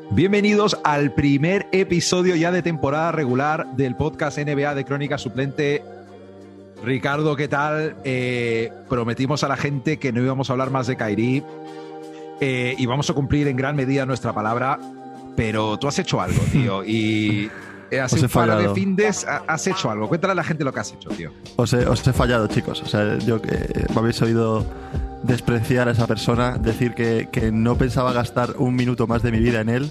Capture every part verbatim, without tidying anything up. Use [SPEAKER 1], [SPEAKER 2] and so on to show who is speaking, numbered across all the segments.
[SPEAKER 1] Bienvenidos al primer episodio ya de temporada regular del podcast N B A de Crónica Suplente. Ricardo, ¿qué tal? Eh, prometimos a la gente que no íbamos a hablar más de Kyrie eh, y vamos a cumplir en gran medida nuestra palabra, pero tú has hecho algo, tío, y hace un par de findes has hecho algo. Cuéntale a la gente lo que has hecho, tío.
[SPEAKER 2] Os he, os he fallado, chicos. O sea, yo que eh, me habéis oído despreciar a esa persona, decir que, que no pensaba gastar un minuto más de mi vida en él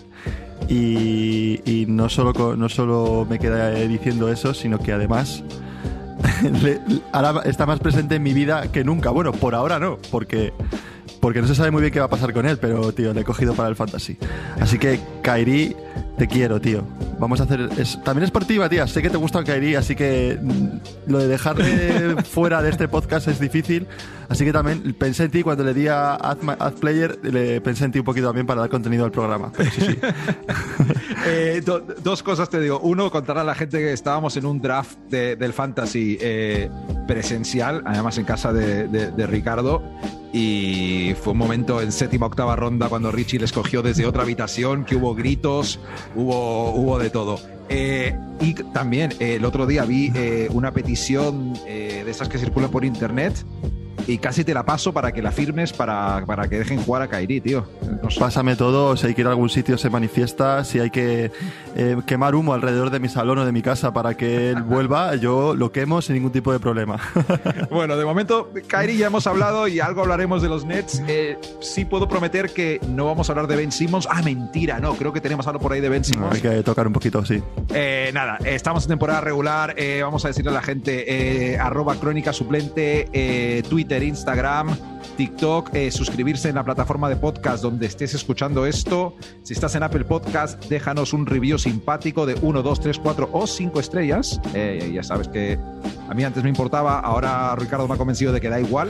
[SPEAKER 2] y, y no, solo, no solo me queda diciendo eso, sino que además le, ahora está más presente en mi vida que nunca. Bueno, por ahora no, porque, porque no se sabe muy bien qué va a pasar con él, pero tío, le he cogido para el fantasy. Así que Kyrie, te quiero, tío. Vamos a hacer... Es, también es esportiva, tía. Sé que te gusta el Kyrie, así que mm, lo de dejarle fuera de este podcast es difícil. Así que también pensé en ti cuando le di a Add, Add Player, le pensé en ti un poquito también para dar contenido al programa. Pero sí, sí.
[SPEAKER 1] eh, do, dos cosas te digo. Uno, contar a la gente que estábamos en un draft de, del Fantasy eh, presencial, además en casa de, de, de Ricardo, y fue un momento en séptima, octava ronda cuando Richie les cogió desde otra habitación, que hubo gritos, hubo, hubo de todo. Eh, y también eh, el otro día vi eh, una petición eh, de esas que circulan por internet y casi te la paso para que la firmes para, para que dejen jugar a Kyrie, tío. No sé.
[SPEAKER 2] Pásame todo, si hay que ir a algún sitio se manifiesta, si hay que eh, quemar humo alrededor de mi salón o de mi casa para que él vuelva, yo lo quemo sin ningún tipo de problema.
[SPEAKER 1] Bueno, de momento, Kyrie ya hemos hablado y algo hablaremos de los Nets. Eh, sí puedo prometer que no vamos a hablar de Ben Simmons. Ah, mentira, no, creo que tenemos algo por ahí de Ben Simmons.
[SPEAKER 2] No, hay que tocar un poquito, sí.
[SPEAKER 1] Eh, nada, estamos en temporada regular, eh, vamos a decirle a la gente eh, arroba crónica suplente, eh, Twitter, Instagram, TikTok, eh, suscribirse en la plataforma de podcast donde estés escuchando esto. Si estás en Apple Podcast, déjanos un review simpático de uno, dos, tres, cuatro o cinco estrellas. Eh, ya sabes que a mí antes me importaba, ahora Ricardo me ha convencido de que da igual.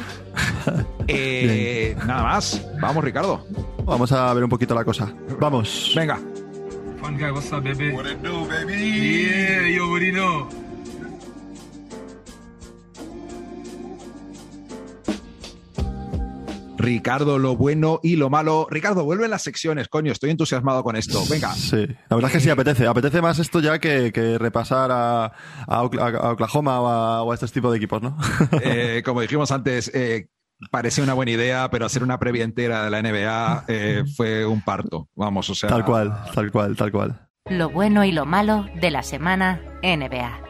[SPEAKER 1] Eh, nada más, vamos Ricardo.
[SPEAKER 2] Vamos a ver un poquito la cosa. Vamos.
[SPEAKER 1] Venga.
[SPEAKER 3] Fun guy, what's up, baby?
[SPEAKER 4] What it do, baby?
[SPEAKER 3] Yeah, you already know.
[SPEAKER 1] Ricardo, lo bueno y lo malo. Ricardo, vuelve en las secciones, coño, estoy entusiasmado con esto. Venga.
[SPEAKER 2] Sí, la verdad es que sí, apetece. Apetece más esto ya que, que repasar a, a, Oklahoma o a, o a este tipo de equipos, ¿no?
[SPEAKER 1] Eh, como dijimos antes, eh, parecía una buena idea, pero hacer una previa entera de la N B A eh, fue un parto. Vamos, o sea...
[SPEAKER 2] Tal cual, tal cual, tal cual.
[SPEAKER 5] Lo bueno y lo malo de la semana N B A.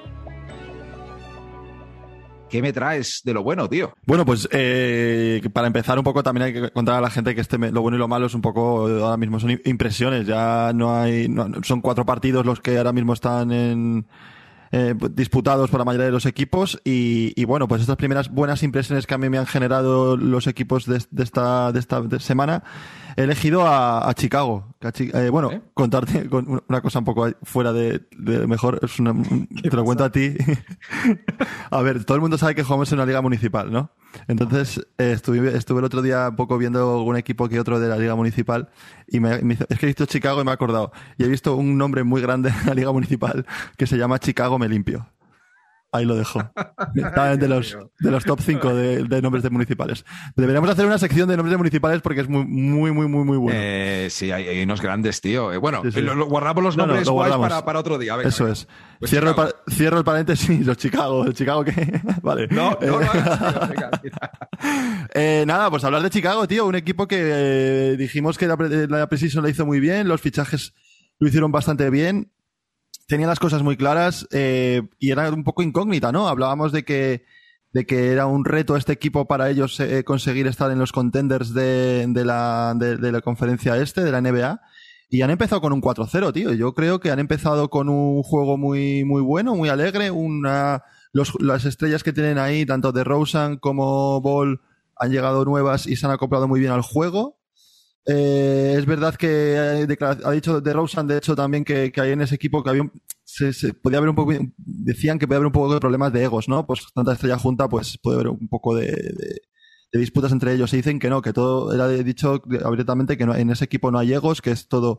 [SPEAKER 1] ¿Qué me traes de lo bueno, tío?
[SPEAKER 2] Bueno, pues eh, para empezar un poco también hay que contar a la gente que este lo bueno y lo malo es un poco, ahora mismo son impresiones, ya no hay, no, son cuatro partidos los que ahora mismo están en, eh, disputados por la mayoría de los equipos y, y bueno, pues estas primeras buenas impresiones que a mí me han generado los equipos de, de esta, de esta semana, he elegido a, a Chicago. A Chi, eh, bueno, ¿Eh? contarte con una cosa un poco fuera de, de mejor, es una, te lo cuento a ti. A ver, todo el mundo sabe que jugamos en una liga municipal, ¿no? Entonces, eh, estuve, estuve el otro día un poco viendo algún equipo que otro de la liga municipal y me, me, es que he visto Chicago y me he acordado. Y he visto un nombre muy grande en la liga municipal que se llama Chicago Me Limpio. Ahí lo dejo. Está de los, de los top cinco de, de nombres de municipales. Deberíamos hacer una sección de nombres de municipales porque es muy, muy, muy, muy, muy bueno.
[SPEAKER 1] Eh, sí, hay, hay unos grandes, tío. Eh, bueno,
[SPEAKER 2] sí, sí.
[SPEAKER 1] Lo, lo guardamos los nombres no, no, guays para, para otro día. Venga,
[SPEAKER 2] eso
[SPEAKER 1] venga.
[SPEAKER 2] es.
[SPEAKER 1] Pues
[SPEAKER 2] Cierro, el, cierro el paréntesis, los Chicago. ¿El Chicago qué? Vale.
[SPEAKER 1] No, no, no. no venga,
[SPEAKER 2] eh, nada, pues hablar de Chicago, tío. Un equipo que eh, dijimos que la, la Precision la hizo muy bien, los fichajes lo hicieron bastante bien. Tenía las cosas muy claras eh, y era un poco incógnita, ¿no? Hablábamos de que, de que era un reto este equipo para ellos eh, conseguir estar en los contenders de, de, la, de, de la conferencia este, de la N B A. Y han empezado con un cuatro cero, tío. Yo creo que han empezado con un juego muy, muy bueno, muy alegre. Una, los, las estrellas que tienen ahí, tanto de DeRozan como Ball, han llegado nuevas y se han acoplado muy bien al juego. Eh, es verdad que ha dicho DeRozan, de hecho, también que, que hay en ese equipo que había un, se, se podía haber un poco, decían que podía haber un poco de problemas de egos, ¿no? Pues tanta estrella junta, pues puede haber un poco de, de, de disputas entre ellos. Se dicen que no, que todo era dicho abiertamente que no, en ese equipo no hay egos, que es todo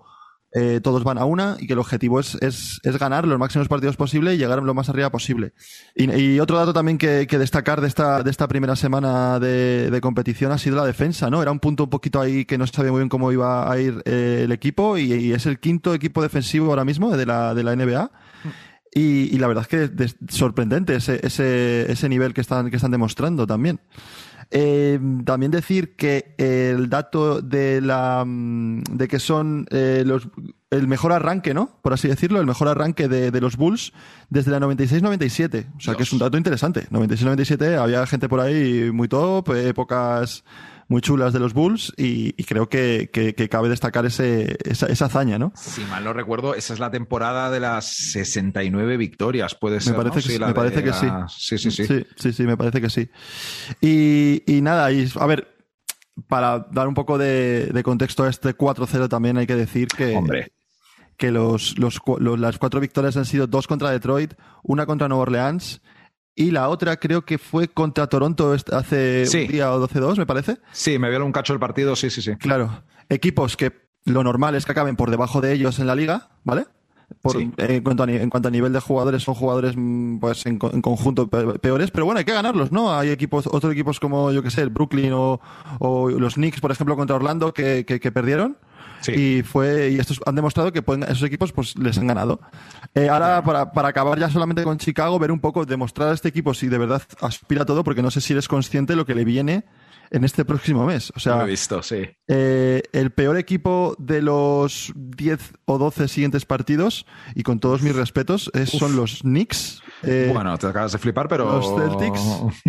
[SPEAKER 2] eh, todos van a una y que el objetivo es, es, es ganar los máximos partidos posible y llegar lo más arriba posible. Y, y otro dato también que, que destacar de esta, de esta primera semana de, de competición ha sido la defensa, ¿no? Era un punto un poquito ahí que no se sabía muy bien cómo iba a ir eh, el equipo y, y es el quinto equipo defensivo ahora mismo de la, de la N B A. Y, y la verdad es que es sorprendente ese, ese, ese nivel que están, que están demostrando también. Eh, también decir que el dato de la de que son eh, los el mejor arranque, ¿no? Por así decirlo, el mejor arranque de, de los Bulls desde la noventa y seis noventa y siete. O sea, Dios. Que es un dato interesante. noventa y seis noventa y siete había gente por ahí muy top, épocas muy chulas de los Bulls y, y creo que, que, que cabe destacar ese, esa, esa hazaña, ¿no?
[SPEAKER 1] Si mal no recuerdo, esa es la temporada de las sesenta y nueve victorias, puede ser,
[SPEAKER 2] me parece
[SPEAKER 1] ¿no?
[SPEAKER 2] que,
[SPEAKER 1] sí,
[SPEAKER 2] me parece que
[SPEAKER 1] la...
[SPEAKER 2] sí.
[SPEAKER 1] sí. Sí, sí,
[SPEAKER 2] sí. Sí, sí, me parece que sí. Y, y nada, y, a ver, para dar un poco de, de contexto a este cuatro cero también hay que decir que...
[SPEAKER 1] Hombre.
[SPEAKER 2] que los, los, los, las cuatro victorias han sido dos contra Detroit, una contra Nueva Orleans y la otra creo que fue contra Toronto hace sí. un día o doce dos, me parece.
[SPEAKER 1] Sí, me vio un cacho el partido, sí, sí, sí.
[SPEAKER 2] Claro, equipos que lo normal es que acaben por debajo de ellos en la liga, ¿vale? Por, sí. en, cuanto a, en cuanto a nivel de jugadores, son jugadores pues en, en conjunto peores, pero bueno, hay que ganarlos, ¿no? Hay equipos, otros equipos como, yo que sé, el Brooklyn o, o los Knicks, por ejemplo, contra Orlando, que, que, que perdieron. Sí. Y fue y estos han demostrado que pueden, esos equipos pues les han ganado. Eh, ahora, para, para acabar ya solamente con Chicago, ver un poco, demostrar a este equipo si de verdad aspira a todo, porque no sé si eres consciente de lo que le viene en este próximo mes. O sea,
[SPEAKER 1] lo he visto, sí.
[SPEAKER 2] Eh, el peor equipo de los diez o doce siguientes partidos, y con todos mis respetos, es, son los Knicks.
[SPEAKER 1] Eh, bueno, te acabas de flipar, pero...
[SPEAKER 2] Los Celtics.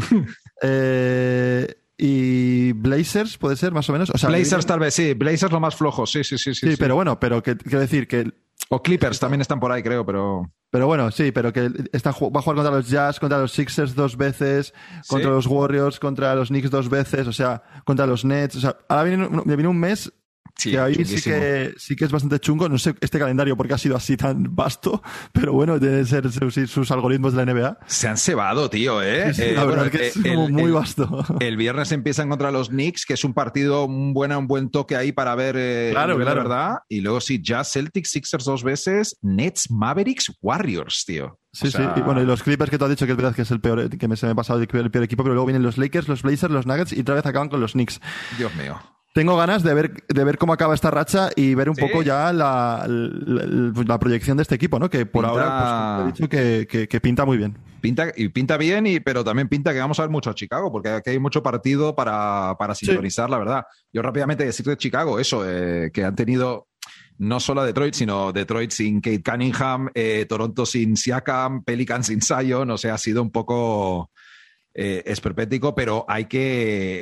[SPEAKER 2] eh... Y Blazers, puede ser, más o menos. O sea,
[SPEAKER 1] Blazers tal vez, sí. Blazers lo más flojo, sí, sí, sí. Sí,
[SPEAKER 2] sí, pero bueno, pero que, quiero decir que...
[SPEAKER 1] O Clippers también están por ahí, creo, pero...
[SPEAKER 2] Pero bueno, sí, pero que está, va a jugar contra los Jazz, contra los Sixers dos veces, contra ¿sí? los Warriors, contra los Knicks dos veces, o sea, contra los Nets. O sea, ahora viene, me viene un mes... Sí, que ahí chunguísimo. sí que sí que es bastante chungo. No sé este calendario por qué ha sido así tan vasto, pero bueno, deben ser sus, sus algoritmos de la N B A.
[SPEAKER 1] Se han cebado, tío, ¿eh?
[SPEAKER 2] Sí, sí, la
[SPEAKER 1] eh,
[SPEAKER 2] verdad
[SPEAKER 1] bueno,
[SPEAKER 2] es que es
[SPEAKER 1] el,
[SPEAKER 2] como muy
[SPEAKER 1] el,
[SPEAKER 2] vasto.
[SPEAKER 1] El viernes empiezan contra los Knicks, que es un partido, un buen, un buen toque ahí para ver eh,
[SPEAKER 2] claro,
[SPEAKER 1] el
[SPEAKER 2] claro.
[SPEAKER 1] verdad. Y luego sí, Jazz, Celtics, Sixers dos veces, Nets, Mavericks, Warriors, tío.
[SPEAKER 2] Sí,
[SPEAKER 1] o sea...
[SPEAKER 2] sí, y bueno, y los Clippers que tú has dicho que es verdad que es el peor, que me, se me ha pasado el peor, el peor equipo, pero luego vienen los Lakers, los Blazers, los Nuggets y otra vez acaban con los Knicks.
[SPEAKER 1] Dios mío.
[SPEAKER 2] Tengo ganas de ver, de ver cómo acaba esta racha y ver un sí. poco ya la, la, la proyección de este equipo, ¿no? Que por pinta... ahora, pues, he dicho que, que, que pinta muy bien.
[SPEAKER 1] Pinta, y pinta bien, y, pero también pinta que vamos a ver mucho a Chicago, porque aquí hay mucho partido para, para sintonizar, sí. la verdad. Yo rápidamente decir de Chicago eso, eh, que han tenido no solo a Detroit, sino Detroit sin Kate Cunningham, eh, Toronto sin Siakam, Pelicans sin Zion, o sea, ha sido un poco eh, esperpético, pero hay que...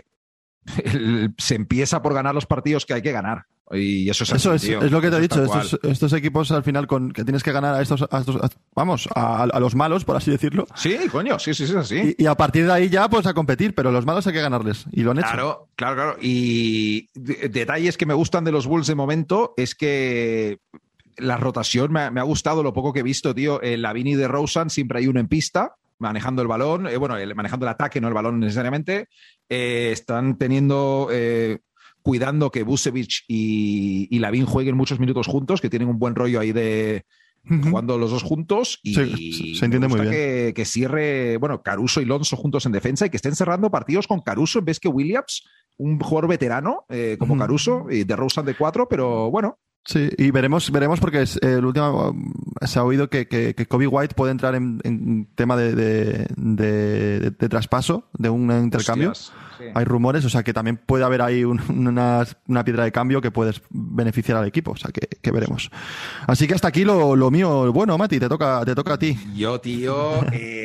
[SPEAKER 1] El, se empieza por ganar los partidos que hay que ganar y eso es
[SPEAKER 2] eso
[SPEAKER 1] así,
[SPEAKER 2] es,
[SPEAKER 1] tío.
[SPEAKER 2] es lo que te
[SPEAKER 1] eso
[SPEAKER 2] he dicho estos, estos equipos al final con que tienes que ganar a estos, a estos a, vamos a, a los malos, por así decirlo.
[SPEAKER 1] Sí, coño, sí, sí, sí, así.
[SPEAKER 2] Y, y a partir de ahí ya pues a competir, pero los malos hay que ganarles y lo han hecho.
[SPEAKER 1] Claro, claro, claro. Y de, detalles que me gustan de los Bulls de momento es que la rotación me ha, me ha gustado lo poco que he visto, tío. En Lavin y DeRozan siempre hay uno en pista manejando el balón, eh, bueno, el, manejando el ataque, no el balón necesariamente. Eh, están teniendo, eh, cuidando que Vucevic y, y Lavin jueguen muchos minutos juntos, que tienen un buen rollo ahí de uh-huh. jugando los dos juntos. Y
[SPEAKER 2] sí, se entiende muy bien.
[SPEAKER 1] Que, que cierre, bueno, Caruso y Lonzo juntos en defensa y que estén cerrando partidos con Caruso en vez que Williams, un jugador veterano eh, como uh-huh. Caruso, y DeRozan de cuatro, pero bueno.
[SPEAKER 2] Sí, y veremos, veremos porque es, eh, el último se ha oído que, que, que Kobe White puede entrar en, en tema de, de, de, de, de traspaso, de un intercambio. Hostias, sí. Hay rumores, o sea que también puede haber ahí un, una, una piedra de cambio que puedes beneficiar al equipo, o sea que, que veremos. Así que hasta aquí lo, lo mío. Bueno, Mati, te toca, te toca a ti.
[SPEAKER 1] Yo, tío,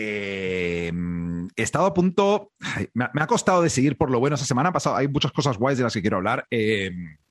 [SPEAKER 1] eh, he estado a punto, me ha, me ha costado de seguir por lo bueno esta semana. Ha pasado, hay muchas cosas guays de las que quiero hablar. Eh,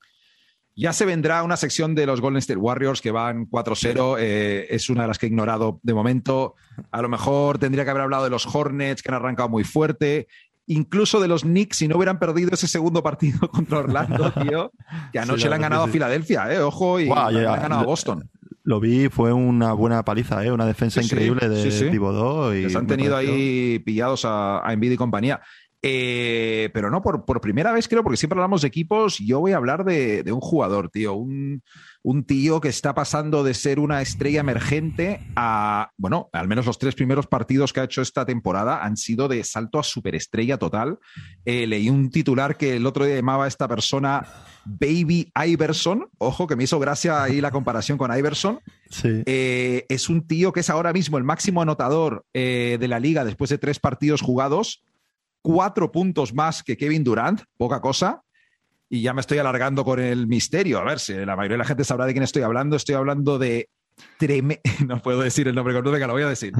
[SPEAKER 1] Ya se vendrá una sección de los Golden State Warriors que van cuatro cero, eh, es una de las que he ignorado de momento. A lo mejor tendría que haber hablado de los Hornets, que han arrancado muy fuerte, incluso de los Knicks, si no hubieran perdido ese segundo partido contra Orlando, tío, que anoche sí, le han ganado sí. a Filadelfia, eh, ojo, y wow, le han ganado a Boston.
[SPEAKER 2] Lo vi, fue una buena paliza, ¿eh? Una defensa sí, increíble de sí, sí. Thibodeau. Y
[SPEAKER 1] les han tenido ahí pillados a, a Embiid y compañía. Eh, pero no, por, por primera vez creo, porque siempre hablamos de equipos, yo voy a hablar de, de un jugador, tío, un, un tío que está pasando de ser una estrella emergente a, bueno, al menos los tres primeros partidos que ha hecho esta temporada han sido de salto a superestrella total. Eh, leí un titular que el otro día llamaba a esta persona Baby Iverson, ojo, que me hizo gracia ahí la comparación con Iverson.
[SPEAKER 2] Sí.
[SPEAKER 1] Eh, es un tío que es ahora mismo el máximo anotador eh, de la liga después de tres partidos jugados. Cuatro puntos más que Kevin Durant, poca cosa, y ya me estoy alargando con el misterio. A ver si la mayoría de la gente sabrá de quién estoy hablando. Estoy hablando de Treme... No puedo decir el nombre, venga, lo voy a decir.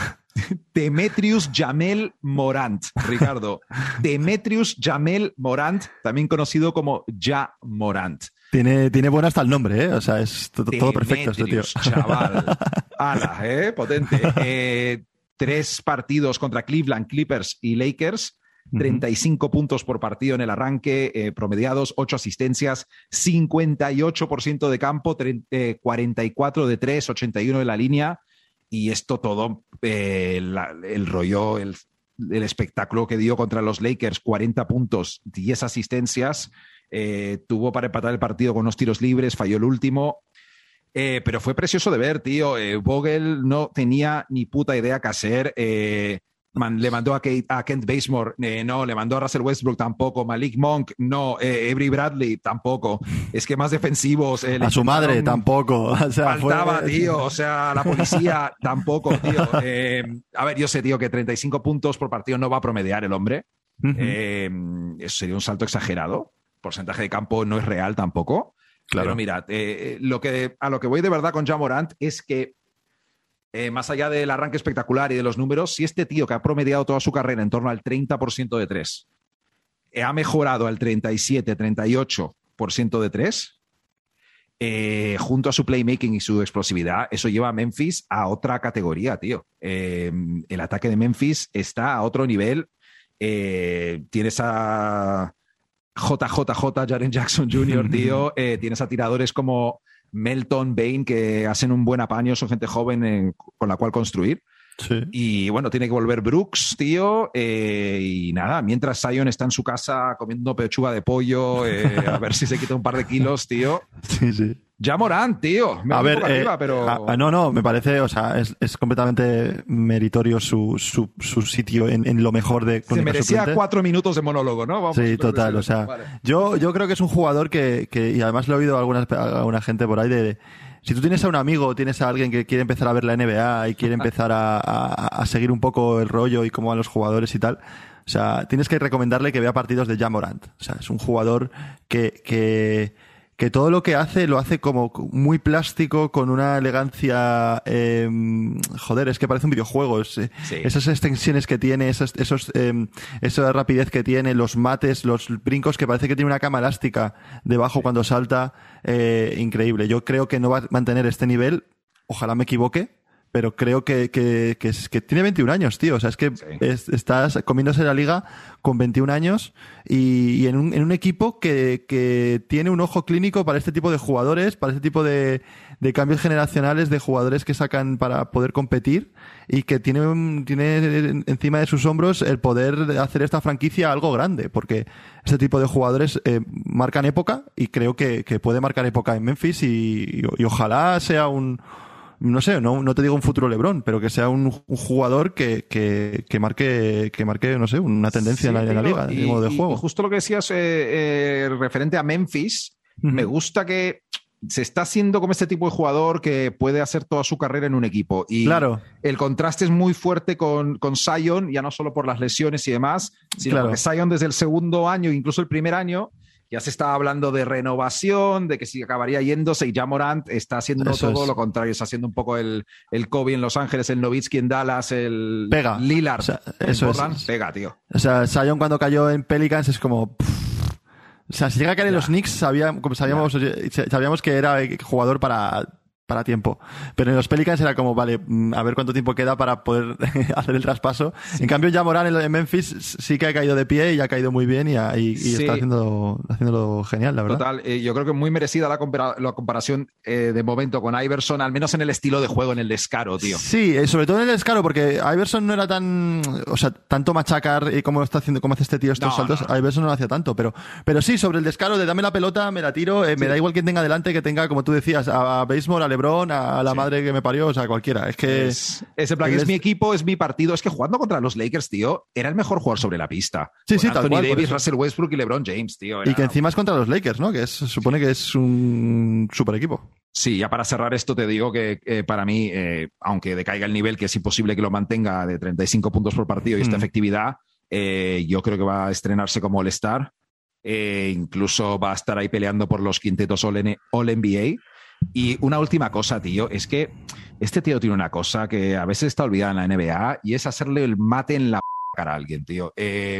[SPEAKER 1] Demetrius Jamel Morant, Ricardo. Demetrius Jamel Morant, también conocido como Ja Morant.
[SPEAKER 2] Tiene, tiene bueno hasta el nombre, ¿eh? O sea, es todo, todo perfecto este tío.
[SPEAKER 1] Chaval. Ala, ¿eh? Potente. Eh... Tres partidos contra Cleveland, Clippers y Lakers, treinta y cinco uh-huh. puntos por partido en el arranque, eh, promediados, ocho asistencias, cincuenta y ocho por ciento de campo, treinta, eh, cuarenta y cuatro de tres, ochenta y uno de la línea, y esto todo, eh, la, el rollo, el, el espectáculo que dio contra los Lakers, cuarenta puntos, diez asistencias, eh, tuvo para empatar el partido con unos tiros libres, falló el último. Eh, pero fue precioso de ver, tío. Eh, Vogel no tenía ni puta idea qué hacer. Eh, man, le mandó a, Kate, a Kent Bazemore, eh, no. Le mandó a Russell Westbrook, tampoco. Malik Monk, no. Eh, Avery Bradley, tampoco. Es que más defensivos. Eh,
[SPEAKER 2] a su madre, tampoco. O sea,
[SPEAKER 1] faltaba,
[SPEAKER 2] fue...
[SPEAKER 1] tío. O sea, la policía, tampoco, tío. Eh, a ver, yo sé, tío, que treinta y cinco puntos por partido no va a promediar el hombre. Uh-huh. Eh, eso sería un salto exagerado. Porcentaje de campo no es real tampoco. Claro. Pero mira, eh, lo que, a lo que voy de verdad con Ja Morant es que, eh, más allá del arranque espectacular y de los números, si este tío que ha promediado toda su carrera en torno al treinta por ciento de tres eh, ha mejorado al treinta y siete, treinta y ocho por ciento de tres, eh, junto a su playmaking y su explosividad, eso lleva a Memphis a otra categoría, tío. Eh, el ataque de Memphis está a otro nivel. Eh, tienes a... J J J, Jaren Jackson junior, tío. Eh, tienes a tiradores como Melton, Bain, que hacen un buen apaño, son gente joven en, con la cual construir.
[SPEAKER 2] Sí.
[SPEAKER 1] Y bueno, tiene que volver Brooks, tío. Eh, y nada, mientras Zion está en su casa comiendo pechuga de pollo, eh, a ver si se quita un par de kilos, tío.
[SPEAKER 2] Sí, sí.
[SPEAKER 1] Ja Morant, tío. Me
[SPEAKER 2] a ver, eh,
[SPEAKER 1] arriba, pero...
[SPEAKER 2] a, no, no, me parece, o sea, es, es completamente meritorio su, su, su sitio en, en lo mejor de...
[SPEAKER 1] Se merecía suplente. Cuatro minutos de monólogo, ¿no? Vamos,
[SPEAKER 2] sí, total, o sea, vale. yo, yo creo que es un jugador que, que y además lo he oído a alguna, a alguna gente por ahí de, de... Si tú tienes a un amigo, tienes a alguien que quiere empezar a ver la N B A y quiere empezar a, a, a seguir un poco el rollo y cómo van los jugadores y tal, o sea, tienes que recomendarle que vea partidos de Ja Morant. O sea, es un jugador que... que que todo lo que hace lo hace como muy plástico, con una elegancia, eh, joder, es que parece un videojuego. Es, sí. Esas extensiones que tiene, esos, esos, eh, esa rapidez que tiene, los mates, los brincos, que parece que tiene una cama elástica debajo sí. cuando salta, eh, increíble. Yo creo que no va a mantener este nivel, ojalá me equivoque, pero creo que, que, que, es, que tiene veintiún años, tío. O sea, es que sí. es, estás comiéndose la liga con veintiún años y, y en, un, en un equipo que, que tiene un ojo clínico para este tipo de jugadores, para este tipo de, de cambios generacionales de jugadores que sacan para poder competir y que tiene, un, tiene encima de sus hombros el poder hacer esta franquicia algo grande, porque este tipo de jugadores eh, marcan época y creo que, que puede marcar época en Memphis y, y, y ojalá sea un... No sé, no, no te digo un futuro LeBron, pero que sea un, un jugador que, que, que marque, que marque, no sé, una tendencia sí, en, la, en la liga, y, de modo de
[SPEAKER 1] y,
[SPEAKER 2] juego.
[SPEAKER 1] Y justo lo que decías eh, eh, referente a Memphis, uh-huh. me gusta que se está haciendo como este tipo de jugador que puede hacer toda su carrera en un equipo. Y
[SPEAKER 2] claro.
[SPEAKER 1] el contraste es muy fuerte con, con Zion, ya no solo por las lesiones y demás, sino
[SPEAKER 2] claro.
[SPEAKER 1] porque Zion desde el segundo año, incluso el primer año, ya se estaba hablando de renovación, de que si acabaría yéndose, y Ja Morant está haciendo Eso todo es. lo contrario, está haciendo un poco el, el Kobe en Los Ángeles, el Nowitzki en Dallas, el
[SPEAKER 2] pega.
[SPEAKER 1] Lillard
[SPEAKER 2] o sea,
[SPEAKER 1] en
[SPEAKER 2] eso
[SPEAKER 1] Portland,
[SPEAKER 2] es.
[SPEAKER 1] pega, tío.
[SPEAKER 2] O sea, Zion cuando cayó en Pelicans es como... Pff. O sea, si llega a caer en los Knicks, sabía, como sabíamos, sabíamos que era jugador para para tiempo. Pero en los Pelicans era como, vale, a ver cuánto tiempo queda para poder hacer el traspaso. Sí. En cambio, ya Morán en Memphis sí que ha caído de pie y ha caído muy bien y, y, y sí. está haciendo, haciéndolo genial, la verdad.
[SPEAKER 1] Total, eh, yo creo que muy merecida la, compara- la comparación eh, de momento con Iverson, al menos en el estilo de juego, en el descaro, tío.
[SPEAKER 2] Sí, eh, sobre todo en el descaro, porque Iverson no era tan, o sea, tanto machacar y como está haciendo, como hace este tío estos no, saltos, no. Iverson no lo hacía tanto, pero, pero sí, sobre el descaro de dame la pelota, me la tiro, eh, sí. me da igual quien tenga delante, que tenga, como tú decías, a, a Bazemore, a LeBron, a la sí. madre que me parió, o sea, cualquiera. Es que
[SPEAKER 1] es, es en plan, es, es mi equipo, es mi partido. Es que jugando contra los Lakers, tío, era el mejor jugador sobre la pista.
[SPEAKER 2] Sí, sí,
[SPEAKER 1] Anthony
[SPEAKER 2] tal cual,
[SPEAKER 1] Davis, Russell Westbrook y LeBron James, tío. Era...
[SPEAKER 2] Y que encima es contra los Lakers, ¿no? Que es, supone que es un super equipo.
[SPEAKER 1] Sí, ya para cerrar esto te digo que eh, para mí, eh, aunque decaiga el nivel, que es imposible que lo mantenga de treinta y cinco puntos por partido y esta mm. efectividad, eh, yo creo que va a estrenarse como All-Star. Eh, incluso va a estar ahí peleando por los quintetos All-N B A. Y una última cosa, tío, es que este tío tiene una cosa que a veces está olvidada en la N B A y es hacerle el mate en la cara a alguien, tío. Eh,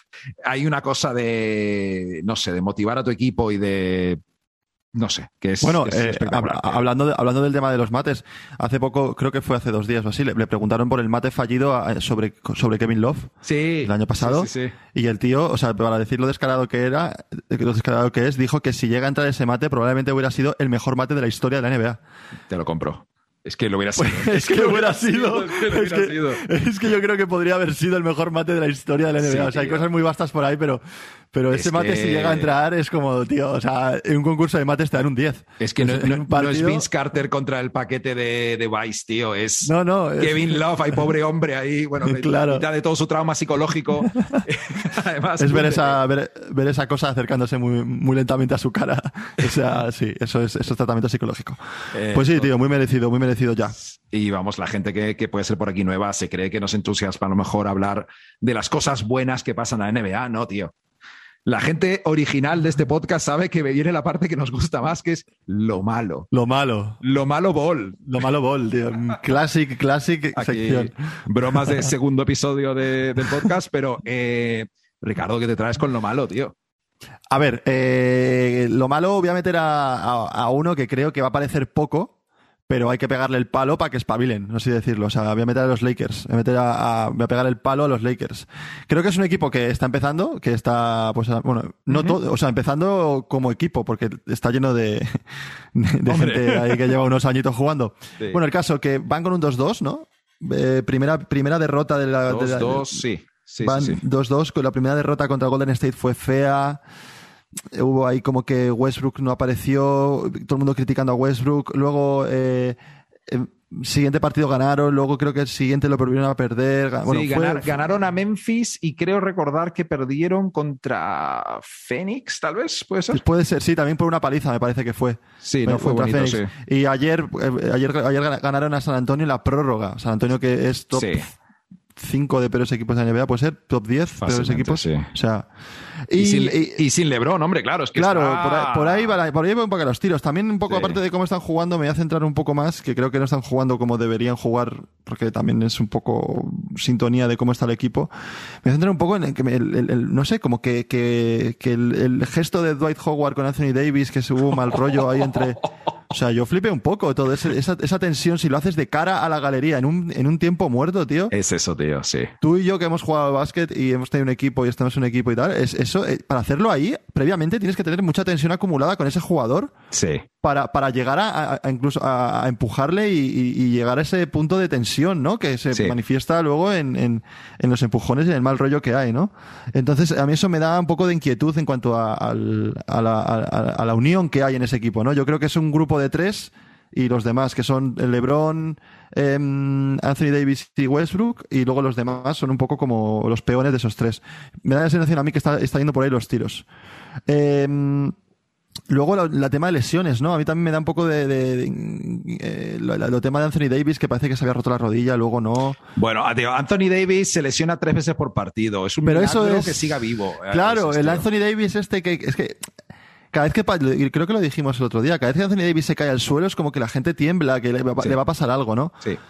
[SPEAKER 1] hay una cosa de, no sé, de motivar a tu equipo y de... No sé, que es,
[SPEAKER 2] bueno,
[SPEAKER 1] es
[SPEAKER 2] eh, hab- hablando, de, hablando del tema de los mates, hace poco, creo que fue hace dos días o así, le, le preguntaron por el mate fallido a, sobre, sobre Kevin Love
[SPEAKER 1] sí,
[SPEAKER 2] el año pasado,
[SPEAKER 1] sí, sí, sí.
[SPEAKER 2] Y el tío, o sea, para decir lo descarado que era, lo descarado que es, dijo que si llega a entrar ese mate probablemente hubiera sido el mejor mate de la historia de la N B A.
[SPEAKER 1] Te lo compro. Es que lo hubiera sido.
[SPEAKER 2] Pues, es que lo hubiera sido. Es que, lo hubiera
[SPEAKER 1] es, que,
[SPEAKER 2] sido. Es que yo creo que podría haber sido el mejor mate de la historia de la N B A. Sí, o sea, hay tío. cosas muy vastas por ahí, pero, pero ese mate que... si llega a entrar es como, tío, o sea, en un concurso de mates te dan un diez.
[SPEAKER 1] Es que no, no, partido... no es Vince Carter contra el paquete de, de Vice, tío. Es
[SPEAKER 2] no, no,
[SPEAKER 1] Kevin
[SPEAKER 2] es...
[SPEAKER 1] Love, hay pobre hombre ahí, bueno,
[SPEAKER 2] claro.
[SPEAKER 1] mitad de todo su trauma psicológico. Además,
[SPEAKER 2] es ver esa, ver, ver esa cosa acercándose muy, muy lentamente a su cara. O sea, sí, eso es, eso es tratamiento psicológico. Eh, pues sí, tío, muy merecido, muy merecido ya.
[SPEAKER 1] Y vamos, la gente que, que puede ser por aquí nueva se cree que nos entusiasma a lo mejor hablar de las cosas buenas que pasan en la N B A. No, tío. La gente original de este podcast sabe que viene la parte que nos gusta más, que es lo malo.
[SPEAKER 2] Lo malo.
[SPEAKER 1] Lo malo ball.
[SPEAKER 2] Lo malo ball, tío. Classic, classic
[SPEAKER 1] aquí,
[SPEAKER 2] sección.
[SPEAKER 1] Bromas de segundo episodio de, del podcast, pero eh, Ricardo, ¿qué te traes con lo malo, tío?
[SPEAKER 2] A ver, eh, lo malo voy a meter a, a, a uno que creo que va a parecer poco, pero hay que pegarle el palo para que espabilen, no sé decirlo. O sea, voy a meter a los Lakers, voy a, meter a, a, voy a pegar el palo a los Lakers. Creo que es un equipo que está empezando, que está, pues, bueno, no uh-huh. todo, o sea, empezando como equipo, porque está lleno de, de, de gente ahí que lleva unos añitos jugando. Sí. Bueno, el caso que van con un dos dos, ¿no? Eh, primera, primera derrota de la...
[SPEAKER 1] dos dos, sí. sí.
[SPEAKER 2] Van
[SPEAKER 1] sí, sí.
[SPEAKER 2] dos dos, con la primera derrota contra Golden State fue fea. Hubo ahí como que Westbrook no apareció, todo el mundo criticando a Westbrook. Luego, eh, el siguiente partido ganaron, luego creo que el siguiente lo volvieron a perder. Bueno,
[SPEAKER 1] sí,
[SPEAKER 2] fue,
[SPEAKER 1] ganar, ganaron a Memphis y creo recordar que perdieron contra Phoenix, tal vez, ¿puede ser?
[SPEAKER 2] Puede ser, sí, también por una paliza me parece que fue.
[SPEAKER 1] Sí, no fue bonito, sí.
[SPEAKER 2] Y ayer, eh, ayer, ayer ganaron a San Antonio en la prórroga. San Antonio que es top... Sí. cinco de peores equipos de la N B A, puede ser top diez peores equipos.
[SPEAKER 1] Sí.
[SPEAKER 2] O sea,
[SPEAKER 1] y, y, sin, y, y sin LeBron, hombre, claro. Es que
[SPEAKER 2] claro,
[SPEAKER 1] está...
[SPEAKER 2] por, ahí, por, ahí va, por ahí va un poco los tiros. También un poco, sí. aparte de cómo están jugando, me voy a centrar un poco más, que creo que no están jugando como deberían jugar, porque también es un poco sintonía de cómo está el equipo. Me voy a centrar un poco en el, el, el, el no sé, como que, que, que el, el gesto de Dwight Howard con Anthony Davis, que se hubo un mal rollo ahí entre... O sea, yo flipé un poco todo ese, esa, esa tensión si lo haces de cara a la galería en un, en un tiempo muerto, tío.
[SPEAKER 1] Es eso, tío, sí.
[SPEAKER 2] Tú y yo que hemos jugado al básquet y hemos tenido un equipo y estamos en un equipo y tal, es eso, eh, para hacerlo ahí, previamente tienes que tener mucha tensión acumulada con ese jugador.
[SPEAKER 1] Sí.
[SPEAKER 2] Para, para llegar a, a incluso a, a empujarle y, y, y llegar a ese punto de tensión, ¿no? Que se sí. manifiesta luego en, en, en los empujones y en el mal rollo que hay, ¿no? Entonces, a mí eso me da un poco de inquietud en cuanto a, a, a, la, a, a la unión que hay en ese equipo, ¿no? Yo creo que es un grupo de tres y los demás, que son LeBron, eh, Anthony Davis y Westbrook, y luego los demás son un poco como los peones de esos tres. Me da la sensación a mí que está, está yendo por ahí los tiros. Eh, Luego la, la tema de lesiones, ¿no? A mí también me da un poco de... de, de eh, lo, lo tema de Anthony Davis, que parece que se había roto la rodilla, luego no.
[SPEAKER 1] Bueno, tío, Anthony Davis se lesiona tres veces por partido. Es un
[SPEAKER 2] Pero
[SPEAKER 1] milagro
[SPEAKER 2] eso es...
[SPEAKER 1] que siga vivo.
[SPEAKER 2] Claro,
[SPEAKER 1] es
[SPEAKER 2] el Anthony Davis este que... Es que cada vez que... Creo que lo dijimos el otro día. Cada vez que Anthony Davis se cae al suelo es como que la gente tiembla, que le va, sí. le va a pasar algo, ¿no?
[SPEAKER 1] Sí.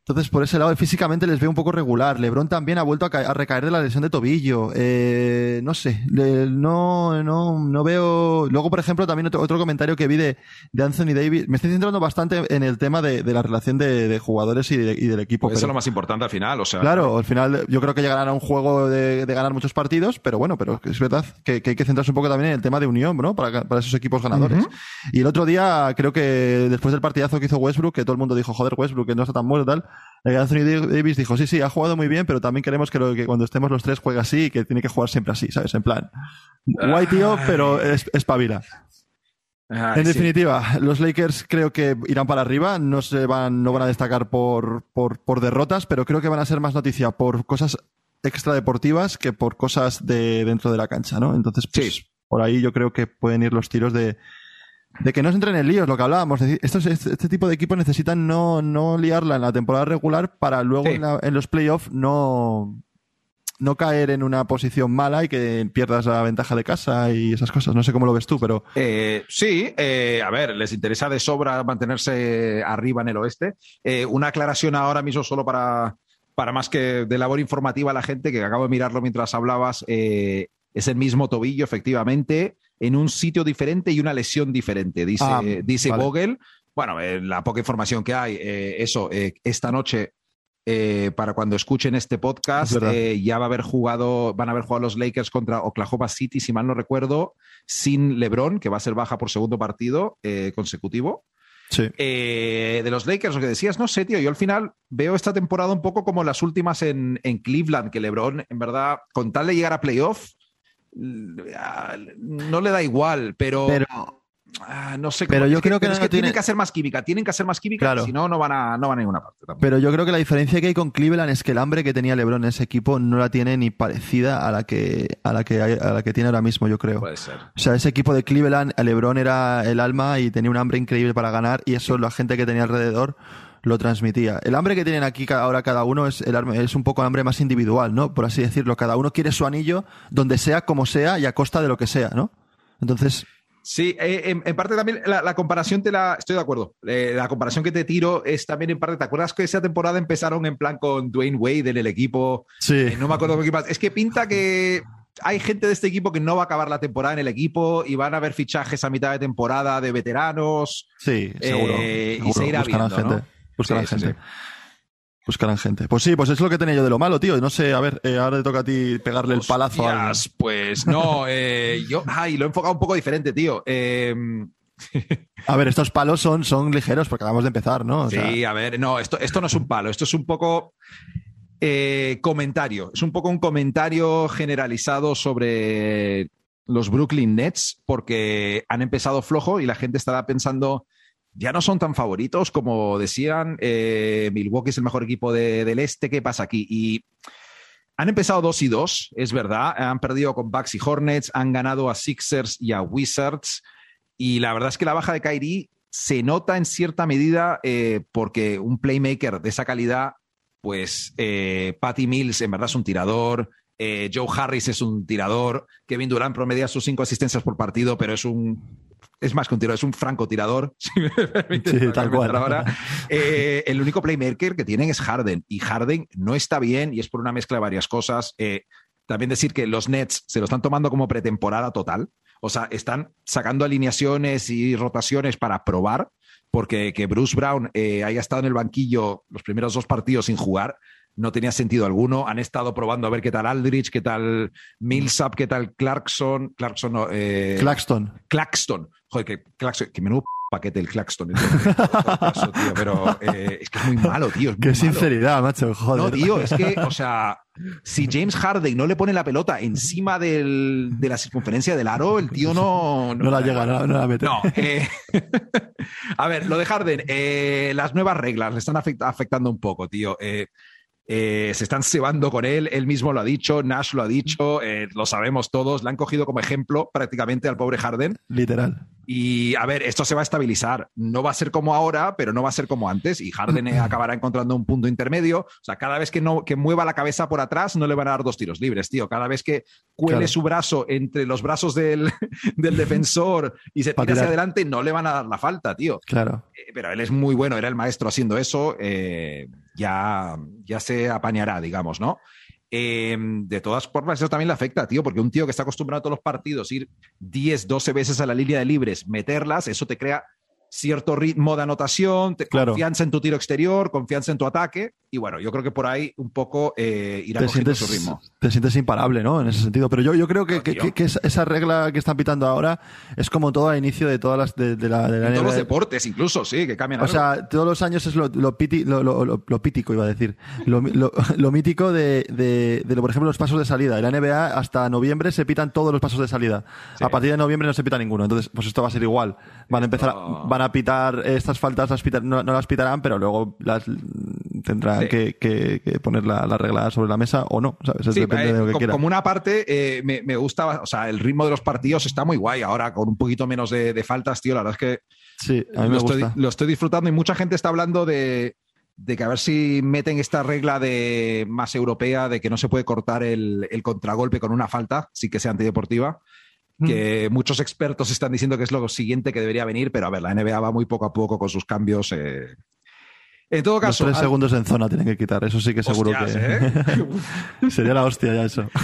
[SPEAKER 2] Entonces, por ese lado, físicamente les veo un poco regular. LeBron también ha vuelto a, ca- a recaer de la lesión de tobillo. Eh, no sé, le- no, no, no veo... Luego, por ejemplo, también otro, otro comentario que vi de, de Anthony Davis. Me estoy centrando bastante en el tema de, de la relación de, de jugadores y, de- y del equipo.
[SPEAKER 1] Pues eso es
[SPEAKER 2] pero-
[SPEAKER 1] lo más importante al final, o sea.
[SPEAKER 2] Claro, al final yo creo que llegarán a un juego de, de ganar muchos partidos, pero bueno, pero es verdad que, que hay que centrarse un poco también en el tema de unión, ¿no? Para, para esos equipos ganadores.
[SPEAKER 1] Uh-huh.
[SPEAKER 2] Y el otro día, creo que después del partidazo que hizo Westbrook, que todo el mundo dijo, joder, Westbrook, que no está tan bueno y tal, eh, Anthony Davis dijo, sí, sí, ha jugado muy bien, pero también queremos que, lo, que cuando estemos los tres juegue así y que tiene que jugar siempre así, ¿sabes? En plan, guay tío, pero es, espabila.
[SPEAKER 1] Ay,
[SPEAKER 2] En
[SPEAKER 1] sí.
[SPEAKER 2] definitiva, los Lakers creo que irán para arriba, no se van, no van a destacar por, por, por derrotas, pero creo que van a ser más noticia por cosas extradeportivas que por cosas de dentro de la cancha, ¿no? Entonces, pues,
[SPEAKER 1] Sí.
[SPEAKER 2] por ahí yo creo que pueden ir los tiros de, de que no se entren en líos, lo que hablábamos. de- Estos, este, este tipo de equipos necesitan no, no liarla en la temporada regular para luego
[SPEAKER 1] Sí.
[SPEAKER 2] en, la- en los playoffs no, no caer en una posición mala y que pierdas la ventaja de casa y esas cosas. No sé cómo lo ves tú, pero...
[SPEAKER 1] Eh, sí, eh, a ver, les interesa de sobra mantenerse arriba en el oeste. Eh, una aclaración ahora mismo solo para, para más que de labor informativa a la gente, que acabo de mirarlo mientras hablabas, eh, es el mismo tobillo, efectivamente, en un sitio diferente y una lesión diferente, dice,
[SPEAKER 2] Ah,
[SPEAKER 1] dice
[SPEAKER 2] vale.
[SPEAKER 1] Vogel. Bueno, eh, la poca información que hay, eh, eso, eh, esta noche, eh, para cuando escuchen este podcast,
[SPEAKER 2] Es verdad.
[SPEAKER 1] eh, ya va a haber jugado, van a haber jugado los Lakers contra Oklahoma City, si mal no recuerdo, sin LeBron, que va a ser baja por segundo partido eh, consecutivo.
[SPEAKER 2] Sí.
[SPEAKER 1] Eh, de los Lakers, lo que decías, no sé, tío, yo al final veo esta temporada un poco como las últimas en, en Cleveland, que LeBron, en verdad, con tal de llegar a playoff, no le da igual, pero,
[SPEAKER 2] Pero...
[SPEAKER 1] ah, no sé.
[SPEAKER 2] pero
[SPEAKER 1] cómo-
[SPEAKER 2] yo
[SPEAKER 1] es que,
[SPEAKER 2] creo que
[SPEAKER 1] pero es
[SPEAKER 2] no
[SPEAKER 1] que
[SPEAKER 2] tiene-
[SPEAKER 1] tienen que hacer más química, tienen que hacer más química,
[SPEAKER 2] Claro.
[SPEAKER 1] si no, no van a, no van a ninguna parte. Tampoco.
[SPEAKER 2] Pero yo creo que la diferencia que hay con Cleveland es que el hambre que tenía LeBron en ese equipo no la tiene ni parecida a la que a la que hay- a la que tiene ahora mismo, yo creo.
[SPEAKER 1] Puede ser.
[SPEAKER 2] O sea, ese equipo de Cleveland, LeBron era el alma y tenía un hambre increíble para ganar y eso la gente que tenía alrededor lo transmitía. El hambre que tienen aquí ca- ahora cada uno es el hambre- es un poco hambre más individual, ¿no? Por así decirlo. Cada uno quiere su anillo donde sea, como sea y a costa de lo que sea, ¿no? Entonces,
[SPEAKER 1] Sí, eh, en, en parte también la, la comparación te la estoy de acuerdo. Eh, la comparación que te tiro es también en parte. ¿Te acuerdas que esa temporada empezaron en plan con Dwayne Wade en el equipo?
[SPEAKER 2] sí.
[SPEAKER 1] Eh, no me acuerdo qué más. Es que pinta que hay gente de este equipo que no va a acabar la temporada en el equipo y van a haber fichajes a mitad de temporada de veteranos.
[SPEAKER 2] Sí, seguro.
[SPEAKER 1] Eh, y
[SPEAKER 2] seguro.
[SPEAKER 1] se irá
[SPEAKER 2] Buscarán
[SPEAKER 1] viendo,
[SPEAKER 2] gente.
[SPEAKER 1] ¿no?
[SPEAKER 2] Buscarán
[SPEAKER 1] Sí, sí,
[SPEAKER 2] gente.
[SPEAKER 1] sí.
[SPEAKER 2] Buscarán gente. Pues sí, pues es lo que tenía yo de lo malo, tío. No sé, a ver, eh, ahora te toca a ti pegarle el palazo a alguien.
[SPEAKER 1] Hostias, pues no, eh, yo, ay, lo he enfocado un poco diferente, tío. Eh,
[SPEAKER 2] A ver, estos palos son, son ligeros porque acabamos de empezar, ¿no? O sea,
[SPEAKER 1] sí, a ver, no, esto, esto no es un palo, esto es un poco eh, comentario, es un poco un comentario generalizado sobre los Brooklyn Nets, porque han empezado flojo y la gente estará pensando, ya no son tan favoritos como decían, eh, Milwaukee es el mejor equipo de- del este, ¿qué pasa aquí? Y han empezado dos y dos, es verdad, han perdido con Bucks y Hornets, han ganado a Sixers y a Wizards, y la verdad es que la baja de Kyrie se nota en cierta medida eh, porque un playmaker de esa calidad, pues eh, Patty Mills en verdad es un tirador, eh, Joe Harris es un tirador, Kevin Durant promedia sus cinco asistencias por partido, pero es un es más que un tirador, es un francotirador, si me permites
[SPEAKER 2] Sí, tal cual.
[SPEAKER 1] ahora. Eh, el único playmaker que tienen es Harden, y Harden no está bien y es por una mezcla de varias cosas. Eh, también decir que los Nets se lo están tomando como pretemporada total. O sea, están sacando alineaciones y rotaciones para probar, porque que Bruce Brown eh, haya estado en el banquillo los primeros dos partidos sin jugar no tenía sentido alguno. Han estado probando a ver qué tal Aldridge, qué tal Millsap, qué tal Clarkson. Clarkson no, eh,
[SPEAKER 2] Claxton.
[SPEAKER 1] Claxton. Joder, que Claxton, que menudo paquete el Claxton. Entonces, por caso, tío, pero eh, es que es muy malo, tío. Es muy
[SPEAKER 2] Qué
[SPEAKER 1] malo.
[SPEAKER 2] sinceridad, macho, joder.
[SPEAKER 1] No, tío, es que, o sea, si James Harden no le pone la pelota encima del, de la circunferencia del aro, el tío no...
[SPEAKER 2] No la llega, no, no la mete.
[SPEAKER 1] No, eh, a ver, lo de Harden, eh, las nuevas reglas le están afect- afectando un poco, tío. Eh, eh, se están cebando con él, él mismo lo ha dicho, Nash lo ha dicho, eh, lo sabemos todos, le han cogido como ejemplo prácticamente al pobre Harden.
[SPEAKER 2] Literal.
[SPEAKER 1] Y a ver, esto se va a estabilizar. No va a ser como ahora, pero no va a ser como antes. Y Harden acabará encontrando un punto intermedio. O sea, cada vez que, no, que mueva la cabeza por atrás, no le van a dar dos tiros libres, tío. Cada vez que cuele
[SPEAKER 2] Claro.
[SPEAKER 1] su brazo entre los brazos del, del defensor y se
[SPEAKER 2] Pa'
[SPEAKER 1] tira hacia
[SPEAKER 2] tirar.
[SPEAKER 1] adelante, no le van a dar la falta, tío.
[SPEAKER 2] Claro.
[SPEAKER 1] Eh, pero él es muy bueno, era el maestro haciendo eso. Eh, ya, ya se apañará, digamos, ¿no? Eh, de todas formas, eso también le afecta, tío, porque un tío que está acostumbrado a todos los partidos ir diez, doce veces a la línea de libres, meterlas, eso te crea cierto ritmo de anotación, te,
[SPEAKER 2] claro.
[SPEAKER 1] confianza en tu tiro exterior, confianza en tu ataque, y bueno, yo creo que por ahí un poco eh, irá
[SPEAKER 2] te
[SPEAKER 1] cogiendo
[SPEAKER 2] sientes,
[SPEAKER 1] su ritmo.
[SPEAKER 2] Te sientes imparable, ¿no? En ese sentido. Pero yo, yo creo que,
[SPEAKER 1] No,
[SPEAKER 2] que, que, que esa regla que están pitando ahora es como todo a inicio de todas las de, de la, de la
[SPEAKER 1] en
[SPEAKER 2] N B A.
[SPEAKER 1] todos los deportes, incluso, sí, que cambian
[SPEAKER 2] O
[SPEAKER 1] algo.
[SPEAKER 2] sea, todos los años es lo, lo, piti, lo, lo, lo, lo pítico, iba a decir. Lo, lo, lo mítico de, de, de, por ejemplo, los pasos de salida. En la N B A hasta noviembre se pitan todos los pasos de salida. Sí. A partir de noviembre no se pita ninguno. Entonces, pues esto va a ser igual. Van a empezar, a, van a pitar estas faltas, las pitar, no, no las pitarán, pero luego las tendrán sí. que, que, que poner la, la regla sobre la mesa o no, ¿sabes? Eso
[SPEAKER 1] sí,
[SPEAKER 2] depende
[SPEAKER 1] eh,
[SPEAKER 2] de lo que
[SPEAKER 1] como,
[SPEAKER 2] quieran.
[SPEAKER 1] Como una parte, eh, me, me gusta, o sea, el ritmo de los partidos está muy guay ahora, con un poquito menos de, de faltas, tío, la verdad es que
[SPEAKER 2] sí, a mí
[SPEAKER 1] lo,
[SPEAKER 2] me
[SPEAKER 1] estoy,
[SPEAKER 2] gusta.
[SPEAKER 1] lo estoy disfrutando y mucha gente está hablando de, de que a ver si meten esta regla de más europea de que no se puede cortar el, el contragolpe con una falta, sí que sea antideportiva. Que mm. muchos expertos están diciendo que es lo siguiente que debería venir, pero a ver, la N B A va muy poco a poco con sus cambios. Eh. En todo caso...
[SPEAKER 2] Los tres
[SPEAKER 1] al...
[SPEAKER 2] segundos en zona tienen que quitar, eso sí que seguro
[SPEAKER 1] Hostias,
[SPEAKER 2] que...
[SPEAKER 1] ¿eh?
[SPEAKER 2] Sería la hostia ya eso.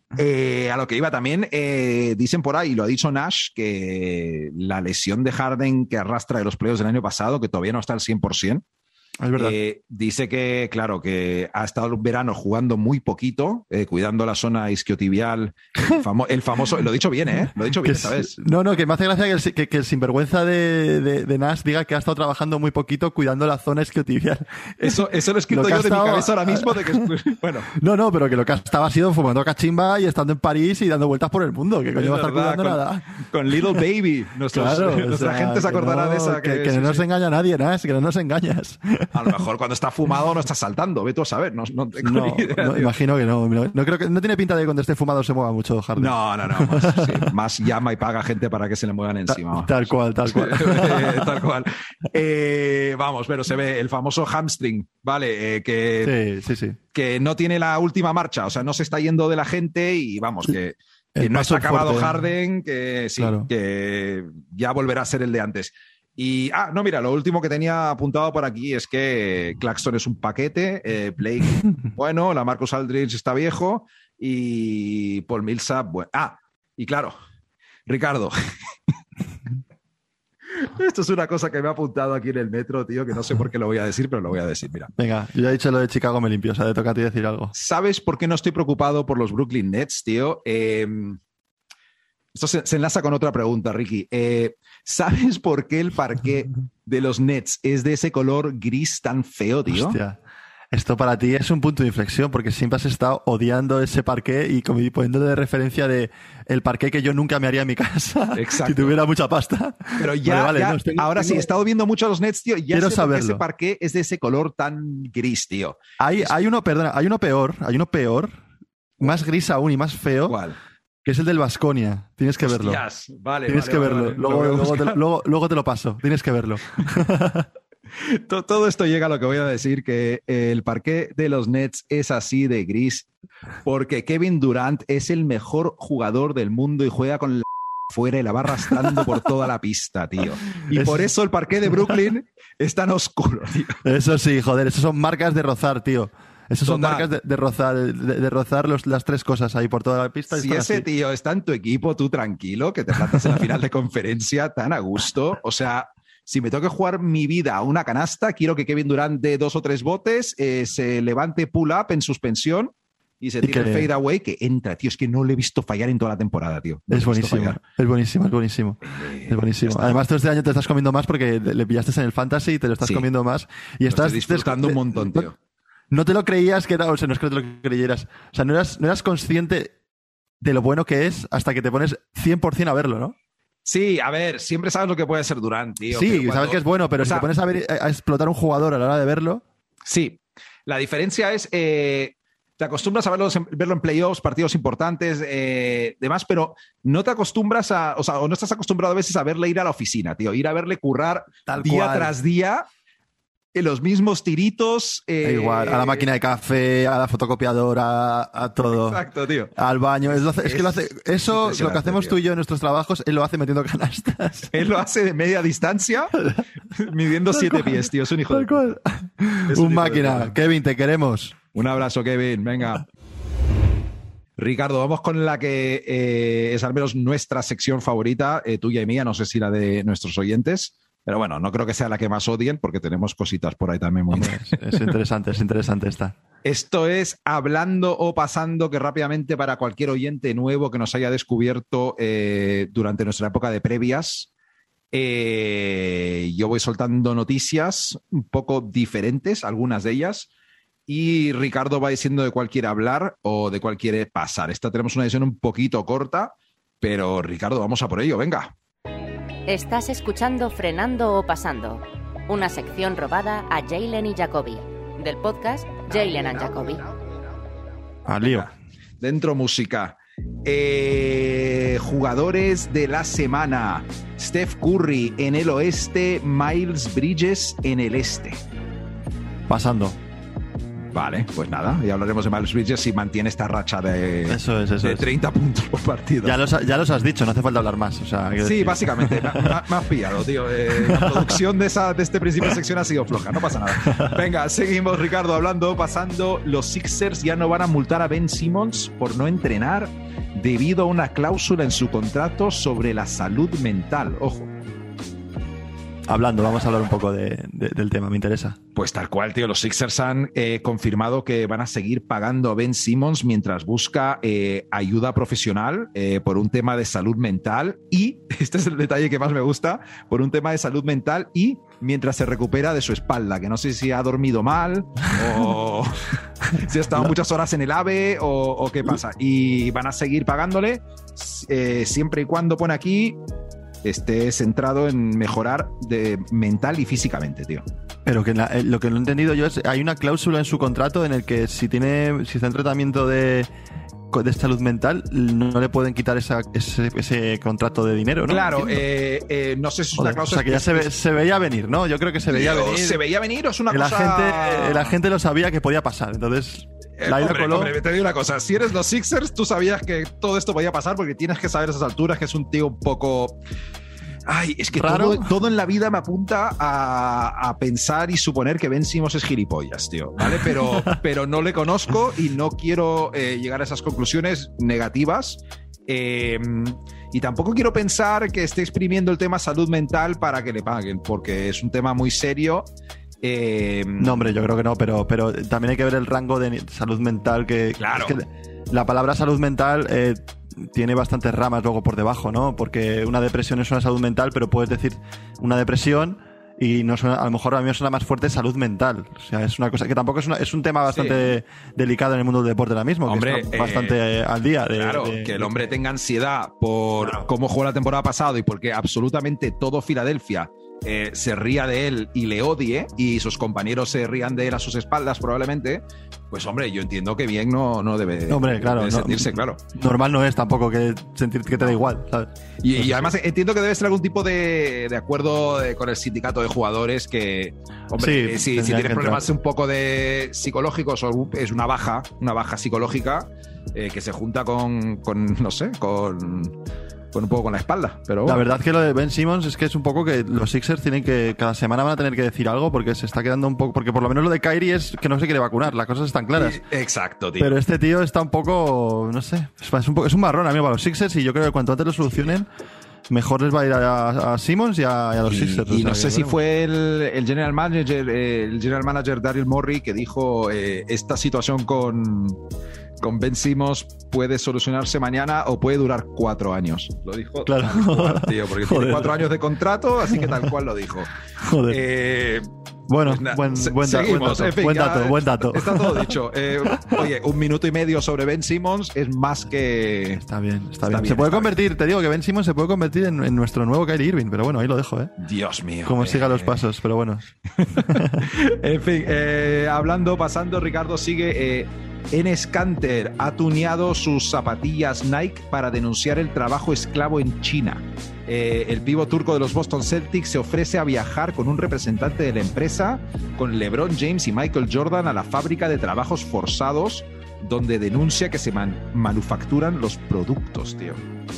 [SPEAKER 1] Eh, a lo que iba también, eh, dicen por ahí, lo ha dicho Nash, que la lesión de Harden que arrastra de los playoffs del año pasado, que todavía no está al cien por ciento,
[SPEAKER 2] es verdad.
[SPEAKER 1] Eh, dice que, claro, que ha estado el verano jugando muy poquito, eh, cuidando la zona isquiotibial, el, famo el famoso, lo he dicho bien, ¿eh? Lo he dicho bien,
[SPEAKER 2] que
[SPEAKER 1] ¿sabes?
[SPEAKER 2] No, no, que me hace gracia que el, que, que el sinvergüenza de, de, de Nash diga que ha estado trabajando muy poquito cuidando la zona isquiotibial.
[SPEAKER 1] Eso, eso lo he escrito lo yo de estado... mi cabeza ahora mismo, de que, bueno.
[SPEAKER 2] No, no, pero que lo que estaba ha sido fumando cachimba y estando en París y dando vueltas por el mundo, que coño va a estar cuidando
[SPEAKER 1] con,
[SPEAKER 2] nada.
[SPEAKER 1] Con Little Baby, Nuestros,
[SPEAKER 2] claro,
[SPEAKER 1] nuestra
[SPEAKER 2] o sea,
[SPEAKER 1] gente se acordará
[SPEAKER 2] no,
[SPEAKER 1] de esa.
[SPEAKER 2] Que,
[SPEAKER 1] Que,
[SPEAKER 2] que
[SPEAKER 1] sí,
[SPEAKER 2] no nos
[SPEAKER 1] sí.
[SPEAKER 2] engaña nadie, Nash, que no nos engañas.
[SPEAKER 1] A lo mejor cuando está fumado no está saltando, ve tú a saber. No, no, tengo
[SPEAKER 2] no,
[SPEAKER 1] ni idea,
[SPEAKER 2] no imagino que no, no. No creo que no tiene pinta de que cuando esté fumado se mueva mucho Harden.
[SPEAKER 1] No, no, no. Más, sí, más llama y paga gente para que se le muevan encima.
[SPEAKER 2] Ta, tal cual, tal cual.
[SPEAKER 1] tal cual. Eh, vamos, pero se ve el famoso hamstring, ¿vale? Eh, que,
[SPEAKER 2] sí, sí, sí.
[SPEAKER 1] que no tiene la última marcha, o sea, no se está yendo de la gente y vamos, que, que no
[SPEAKER 2] está
[SPEAKER 1] está acabado
[SPEAKER 2] fuerte,
[SPEAKER 1] Harden, que sí,
[SPEAKER 2] claro.
[SPEAKER 1] que ya volverá a ser el de antes. Y, ah, no, mira, lo último que tenía apuntado por aquí es que Claxton es un paquete, eh, Blake, bueno, la Marcus Aldridge está viejo y Paul Millsap, bueno. Ah, y claro, Ricardo. Esto es una cosa que me ha apuntado aquí en el metro, tío, que no sé por qué lo voy a decir, pero lo voy a decir, mira.
[SPEAKER 2] Venga, yo ya he dicho lo de Chicago, me limpio, o sea, te toca a ti decir algo.
[SPEAKER 1] ¿Sabes por qué no estoy preocupado por los Brooklyn Nets, tío? Eh, esto se, se enlaza con otra pregunta, Ricky. Eh, ¿Sabes por qué el parqué de los Nets es de ese color gris tan feo, tío?
[SPEAKER 2] Hostia. Esto para ti es un punto de inflexión porque siempre has estado odiando ese parqué y como poniéndole de referencia de el parqué que yo nunca me haría en mi casa. Exacto. Si tuviera mucha pasta.
[SPEAKER 1] Pero ya, vale, vale, ya no, tengo, ahora tengo... sí, he estado viendo mucho a los Nets, tío, y ya
[SPEAKER 2] Quiero
[SPEAKER 1] sé
[SPEAKER 2] saberlo.
[SPEAKER 1] por qué ese parqué es de ese color tan gris, tío.
[SPEAKER 2] Hay,
[SPEAKER 1] es...
[SPEAKER 2] hay uno, perdona, hay uno peor, hay uno peor, más gris aún y más feo.
[SPEAKER 1] ¿Cuál?
[SPEAKER 2] Que es el del Baskonia. Tienes que verlo.
[SPEAKER 1] Hostias, vale,
[SPEAKER 2] Tienes
[SPEAKER 1] vale,
[SPEAKER 2] que
[SPEAKER 1] vale,
[SPEAKER 2] verlo.
[SPEAKER 1] vale,
[SPEAKER 2] luego,
[SPEAKER 1] lo
[SPEAKER 2] luego, te, luego, luego te lo paso. Tienes que verlo.
[SPEAKER 1] Todo esto llega a lo que voy a decir, que el parqué de los Nets es así de gris porque Kevin Durant es el mejor jugador del mundo y juega con la fuera y la va arrastrando por toda la pista, tío. Y es... por eso el parqué de Brooklyn es tan oscuro, tío.
[SPEAKER 2] Eso sí, joder, eso son marcas de rozar, tío. Esas son
[SPEAKER 1] Total.
[SPEAKER 2] marcas de, de rozar, de, de rozar los, las tres cosas ahí por toda la pista.
[SPEAKER 1] Si ese
[SPEAKER 2] así.
[SPEAKER 1] tío está en tu equipo, tú tranquilo, que te plantas en la final de conferencia tan a gusto. O sea, si me tengo que jugar mi vida a una canasta, quiero que Kevin Durant dé dos o tres botes, eh, se levante pull-up en suspensión y se tire el fade away, que entra, tío. Es que no le he visto fallar en toda la temporada, tío. No
[SPEAKER 2] es buenísimo, es buenísimo, es buenísimo.
[SPEAKER 1] Eh,
[SPEAKER 2] es buenísimo. Además, tú este año te estás comiendo más porque le pillaste en el Fantasy y te lo estás sí. comiendo más. Y
[SPEAKER 1] lo
[SPEAKER 2] estás
[SPEAKER 1] estoy disfrutando un montón, tío.
[SPEAKER 2] No te lo creías que era, o sea, no es que te lo creyeras. O sea, no eras, no eras consciente de lo bueno que es hasta que te pones cien por ciento a verlo, ¿no?
[SPEAKER 1] Sí, a ver, siempre sabes lo que puede ser Durant, tío.
[SPEAKER 2] Sí,
[SPEAKER 1] cuando...
[SPEAKER 2] sabes que es bueno, pero o si sea, te pones a, ver, a explotar un jugador a la hora de verlo...
[SPEAKER 1] Sí, la diferencia es... Eh, te acostumbras a verlo, verlo en playoffs, partidos importantes, eh, demás, pero no te acostumbras a... O sea, o no estás acostumbrado a veces a verle ir a la oficina, tío. Ir a verle currar
[SPEAKER 2] Tal
[SPEAKER 1] día
[SPEAKER 2] cual.
[SPEAKER 1] tras día... en los mismos tiritos. Eh,
[SPEAKER 2] Da igual, a la máquina de café, a la fotocopiadora, a todo.
[SPEAKER 1] Exacto, tío.
[SPEAKER 2] Al baño. Es, lo hace- es
[SPEAKER 1] Es
[SPEAKER 2] que lo hace, eso, lo que hacemos
[SPEAKER 1] tío.
[SPEAKER 2] tú y yo en nuestros trabajos, él lo hace metiendo canastas.
[SPEAKER 1] Él lo hace de media distancia, midiendo siete
[SPEAKER 2] cual.
[SPEAKER 1] pies, tío. Es un hijo de...
[SPEAKER 2] Tal cual.
[SPEAKER 1] Es un
[SPEAKER 2] Un
[SPEAKER 1] hijo de
[SPEAKER 2] máquina.
[SPEAKER 1] puta.
[SPEAKER 2] Kevin, te queremos.
[SPEAKER 1] Un abrazo, Kevin. Venga. Ricardo, vamos con la que eh, es al menos nuestra sección favorita, eh, tuya y mía, no sé si la de nuestros oyentes, pero bueno, no creo que sea la que más odien porque tenemos cositas por ahí también muy
[SPEAKER 2] Hombre, es, es interesante, es interesante esta.
[SPEAKER 1] Esto es hablando o pasando, que rápidamente para cualquier oyente nuevo que nos haya descubierto eh, durante nuestra época de previas, eh, yo voy soltando noticias un poco diferentes, algunas de ellas, y Ricardo va diciendo de cuál quiere hablar o de cuál quiere pasar. Esta tenemos una edición un poquito corta, pero Ricardo, vamos a por ello, venga.
[SPEAKER 5] Estás escuchando Frenando o Pasando, una sección robada a Jalen y Jacobi, del podcast Jalen and Jacobi.
[SPEAKER 2] Al lío.
[SPEAKER 1] Dentro música. Eh, jugadores de la semana. Steph Curry en el oeste, Miles Bridges en el este.
[SPEAKER 2] Pasando.
[SPEAKER 1] Vale, pues nada, ya hablaremos de Miles Bridges si mantiene esta racha de,
[SPEAKER 2] Eso es, eso
[SPEAKER 1] de
[SPEAKER 2] es.
[SPEAKER 1] treinta puntos por partido.
[SPEAKER 2] Ya los, ya los has dicho, no hace falta hablar más. O sea, quiero
[SPEAKER 1] Sí,
[SPEAKER 2] decir-
[SPEAKER 1] básicamente, me, me- me has pillado, tío. Eh, la producción de, esa, de este principio de sección ha sido floja, no pasa nada. Venga, seguimos, Ricardo, hablando, pasando. Los Sixers ya no van a multar a Ben Simmons por no entrenar debido a una cláusula en su contrato sobre la salud mental. Ojo.
[SPEAKER 2] Hablando, vamos a hablar un poco de- de- del tema, me interesa.
[SPEAKER 1] Pues tal cual, tío. Los Sixers han eh, confirmado que van a seguir pagando a Ben Simmons mientras busca eh, ayuda profesional eh, por un tema de salud mental y, este es el detalle que más me gusta, por un tema de salud mental y mientras se recupera de su espalda, que no sé si ha dormido mal o si ha estado muchas horas en el AVE o, o qué pasa. Y van a seguir pagándole eh, siempre y cuando pone aquí esté centrado en mejorar de mental y físicamente, tío.
[SPEAKER 2] Pero que la- eh, lo que no he entendido yo es, hay una cláusula en su contrato en el que si tiene, si está en tratamiento de, de salud mental, no le pueden quitar esa, ese, ese contrato de dinero, ¿no?
[SPEAKER 1] Claro,
[SPEAKER 2] Entiendo.
[SPEAKER 1] eh, eh, no sé si es una
[SPEAKER 2] Joder,
[SPEAKER 1] cláusula.
[SPEAKER 2] o sea que ya se, ve- se veía venir, ¿no? Yo creo que se veía
[SPEAKER 1] Tío,
[SPEAKER 2] venir.
[SPEAKER 1] ¿Se veía venir o es una
[SPEAKER 2] el,
[SPEAKER 1] cosa...?
[SPEAKER 2] agente, el agente lo sabía que podía pasar, entonces...
[SPEAKER 1] Eh,
[SPEAKER 2] la
[SPEAKER 1] hombre,
[SPEAKER 2] coló.
[SPEAKER 1] hombre, te digo una cosa, si eres los Sixers, tú sabías que todo esto podía pasar porque tienes que saber a esas alturas que es un tío un poco... Ay, es que
[SPEAKER 2] ¿Raro?
[SPEAKER 1] todo, todo en la vida me apunta a, a pensar y suponer que Ben Simmons es gilipollas, tío, ¿vale? Pero, pero no le conozco y no quiero eh, llegar a esas conclusiones negativas. Eh, y tampoco quiero pensar que esté exprimiendo el tema salud mental para que le paguen, porque es un tema muy serio. Eh,
[SPEAKER 2] No, hombre, yo creo que no, pero, pero también hay que ver el rango de salud mental que...
[SPEAKER 1] Claro.
[SPEAKER 2] es que la palabra salud mental eh, tiene bastantes ramas luego por debajo, ¿no? Porque una depresión es una salud mental, pero puedes decir una depresión y no suena, a lo mejor a mí me suena más fuerte salud mental. O sea, es una cosa que tampoco es, una, es un tema bastante delicado en el mundo del deporte ahora mismo,
[SPEAKER 1] Hombre,
[SPEAKER 2] que está
[SPEAKER 1] eh,
[SPEAKER 2] bastante eh, al día. De,
[SPEAKER 1] Claro,
[SPEAKER 2] de-
[SPEAKER 1] que el hombre tenga ansiedad por
[SPEAKER 2] Claro.
[SPEAKER 1] cómo jugó la temporada pasada y porque absolutamente todo Filadelfia eh, se ría de él y le odie y sus compañeros se rían de él a sus espaldas probablemente, pues hombre, yo entiendo que bien no, no debe,
[SPEAKER 2] Hombre, claro,
[SPEAKER 1] debe
[SPEAKER 2] no-
[SPEAKER 1] sentirse, claro.
[SPEAKER 2] Normal no es tampoco que sentir que te da igual, ¿sabes?
[SPEAKER 1] Y, y además entiendo que debe ser algún tipo de, de acuerdo eh, con el sindicato de jugadores que, hombre,
[SPEAKER 2] Sí,
[SPEAKER 1] eh, si, si
[SPEAKER 2] tendría
[SPEAKER 1] tienes
[SPEAKER 2] que
[SPEAKER 1] problemas un poco de psicológicos o es una baja, una baja psicológica eh, que se junta con, con, no sé, con, con un poco con la espalda. Pero
[SPEAKER 2] La
[SPEAKER 1] bueno.
[SPEAKER 2] verdad que lo de Ben Simmons es que es un poco que los Sixers tienen que, cada semana van a tener que decir algo porque se está quedando un poco, porque por lo menos lo de Kyrie es que no se quiere vacunar, las cosas están claras.
[SPEAKER 1] Exacto, tío.
[SPEAKER 2] Pero este tío está un poco, no sé, es un, poco, es un marrón, amigo, para los Sixers y yo creo que cuanto antes lo solucionen, mejor les va a ir a, a Simmons y a, y a los
[SPEAKER 1] y,
[SPEAKER 2] Sixers. o
[SPEAKER 1] y
[SPEAKER 2] sea,
[SPEAKER 1] no
[SPEAKER 2] que
[SPEAKER 1] sé si
[SPEAKER 2] veremos.
[SPEAKER 1] fue el, el general manager, eh, el general manager Daryl Morey que dijo eh, esta situación con, con Ben Simmons puede solucionarse mañana o puede durar cuatro años. Lo dijo
[SPEAKER 2] Claro.
[SPEAKER 1] tal cual, tío, porque
[SPEAKER 2] Joder.
[SPEAKER 1] tiene cuatro años de contrato, así que tal cual lo dijo.
[SPEAKER 2] Joder.
[SPEAKER 1] Eh,
[SPEAKER 2] bueno,
[SPEAKER 1] pues nada,
[SPEAKER 2] buen,
[SPEAKER 1] se-
[SPEAKER 2] buen, da- buen
[SPEAKER 1] seguimos.
[SPEAKER 2] dato,
[SPEAKER 1] En fin,
[SPEAKER 2] buen
[SPEAKER 1] ya
[SPEAKER 2] dato, buen dato.
[SPEAKER 1] Está todo dicho. Eh, oye, un minuto y medio sobre Ben Simmons es más que...
[SPEAKER 2] Está bien, está,
[SPEAKER 1] Está
[SPEAKER 2] bien.
[SPEAKER 1] bien,
[SPEAKER 2] Se puede
[SPEAKER 1] está
[SPEAKER 2] convertir, te digo que Ben Simmons se puede convertir en, en nuestro nuevo Kyrie Irving, pero bueno, ahí lo dejo, ¿eh?
[SPEAKER 1] Dios mío.
[SPEAKER 2] Como
[SPEAKER 1] eh.
[SPEAKER 2] siga los pasos, pero bueno.
[SPEAKER 1] En fin, eh, hablando, pasando, Ricardo sigue. Eh, Enes Kanter ha tuneado sus zapatillas Nike para denunciar el trabajo esclavo en China. Eh, el pívot turco de los Boston Celtics se ofrece a viajar con un representante de la empresa, con LeBron James y Michael Jordan, a la fábrica de trabajos forzados, donde denuncia que se man- manufacturan los productos, tío.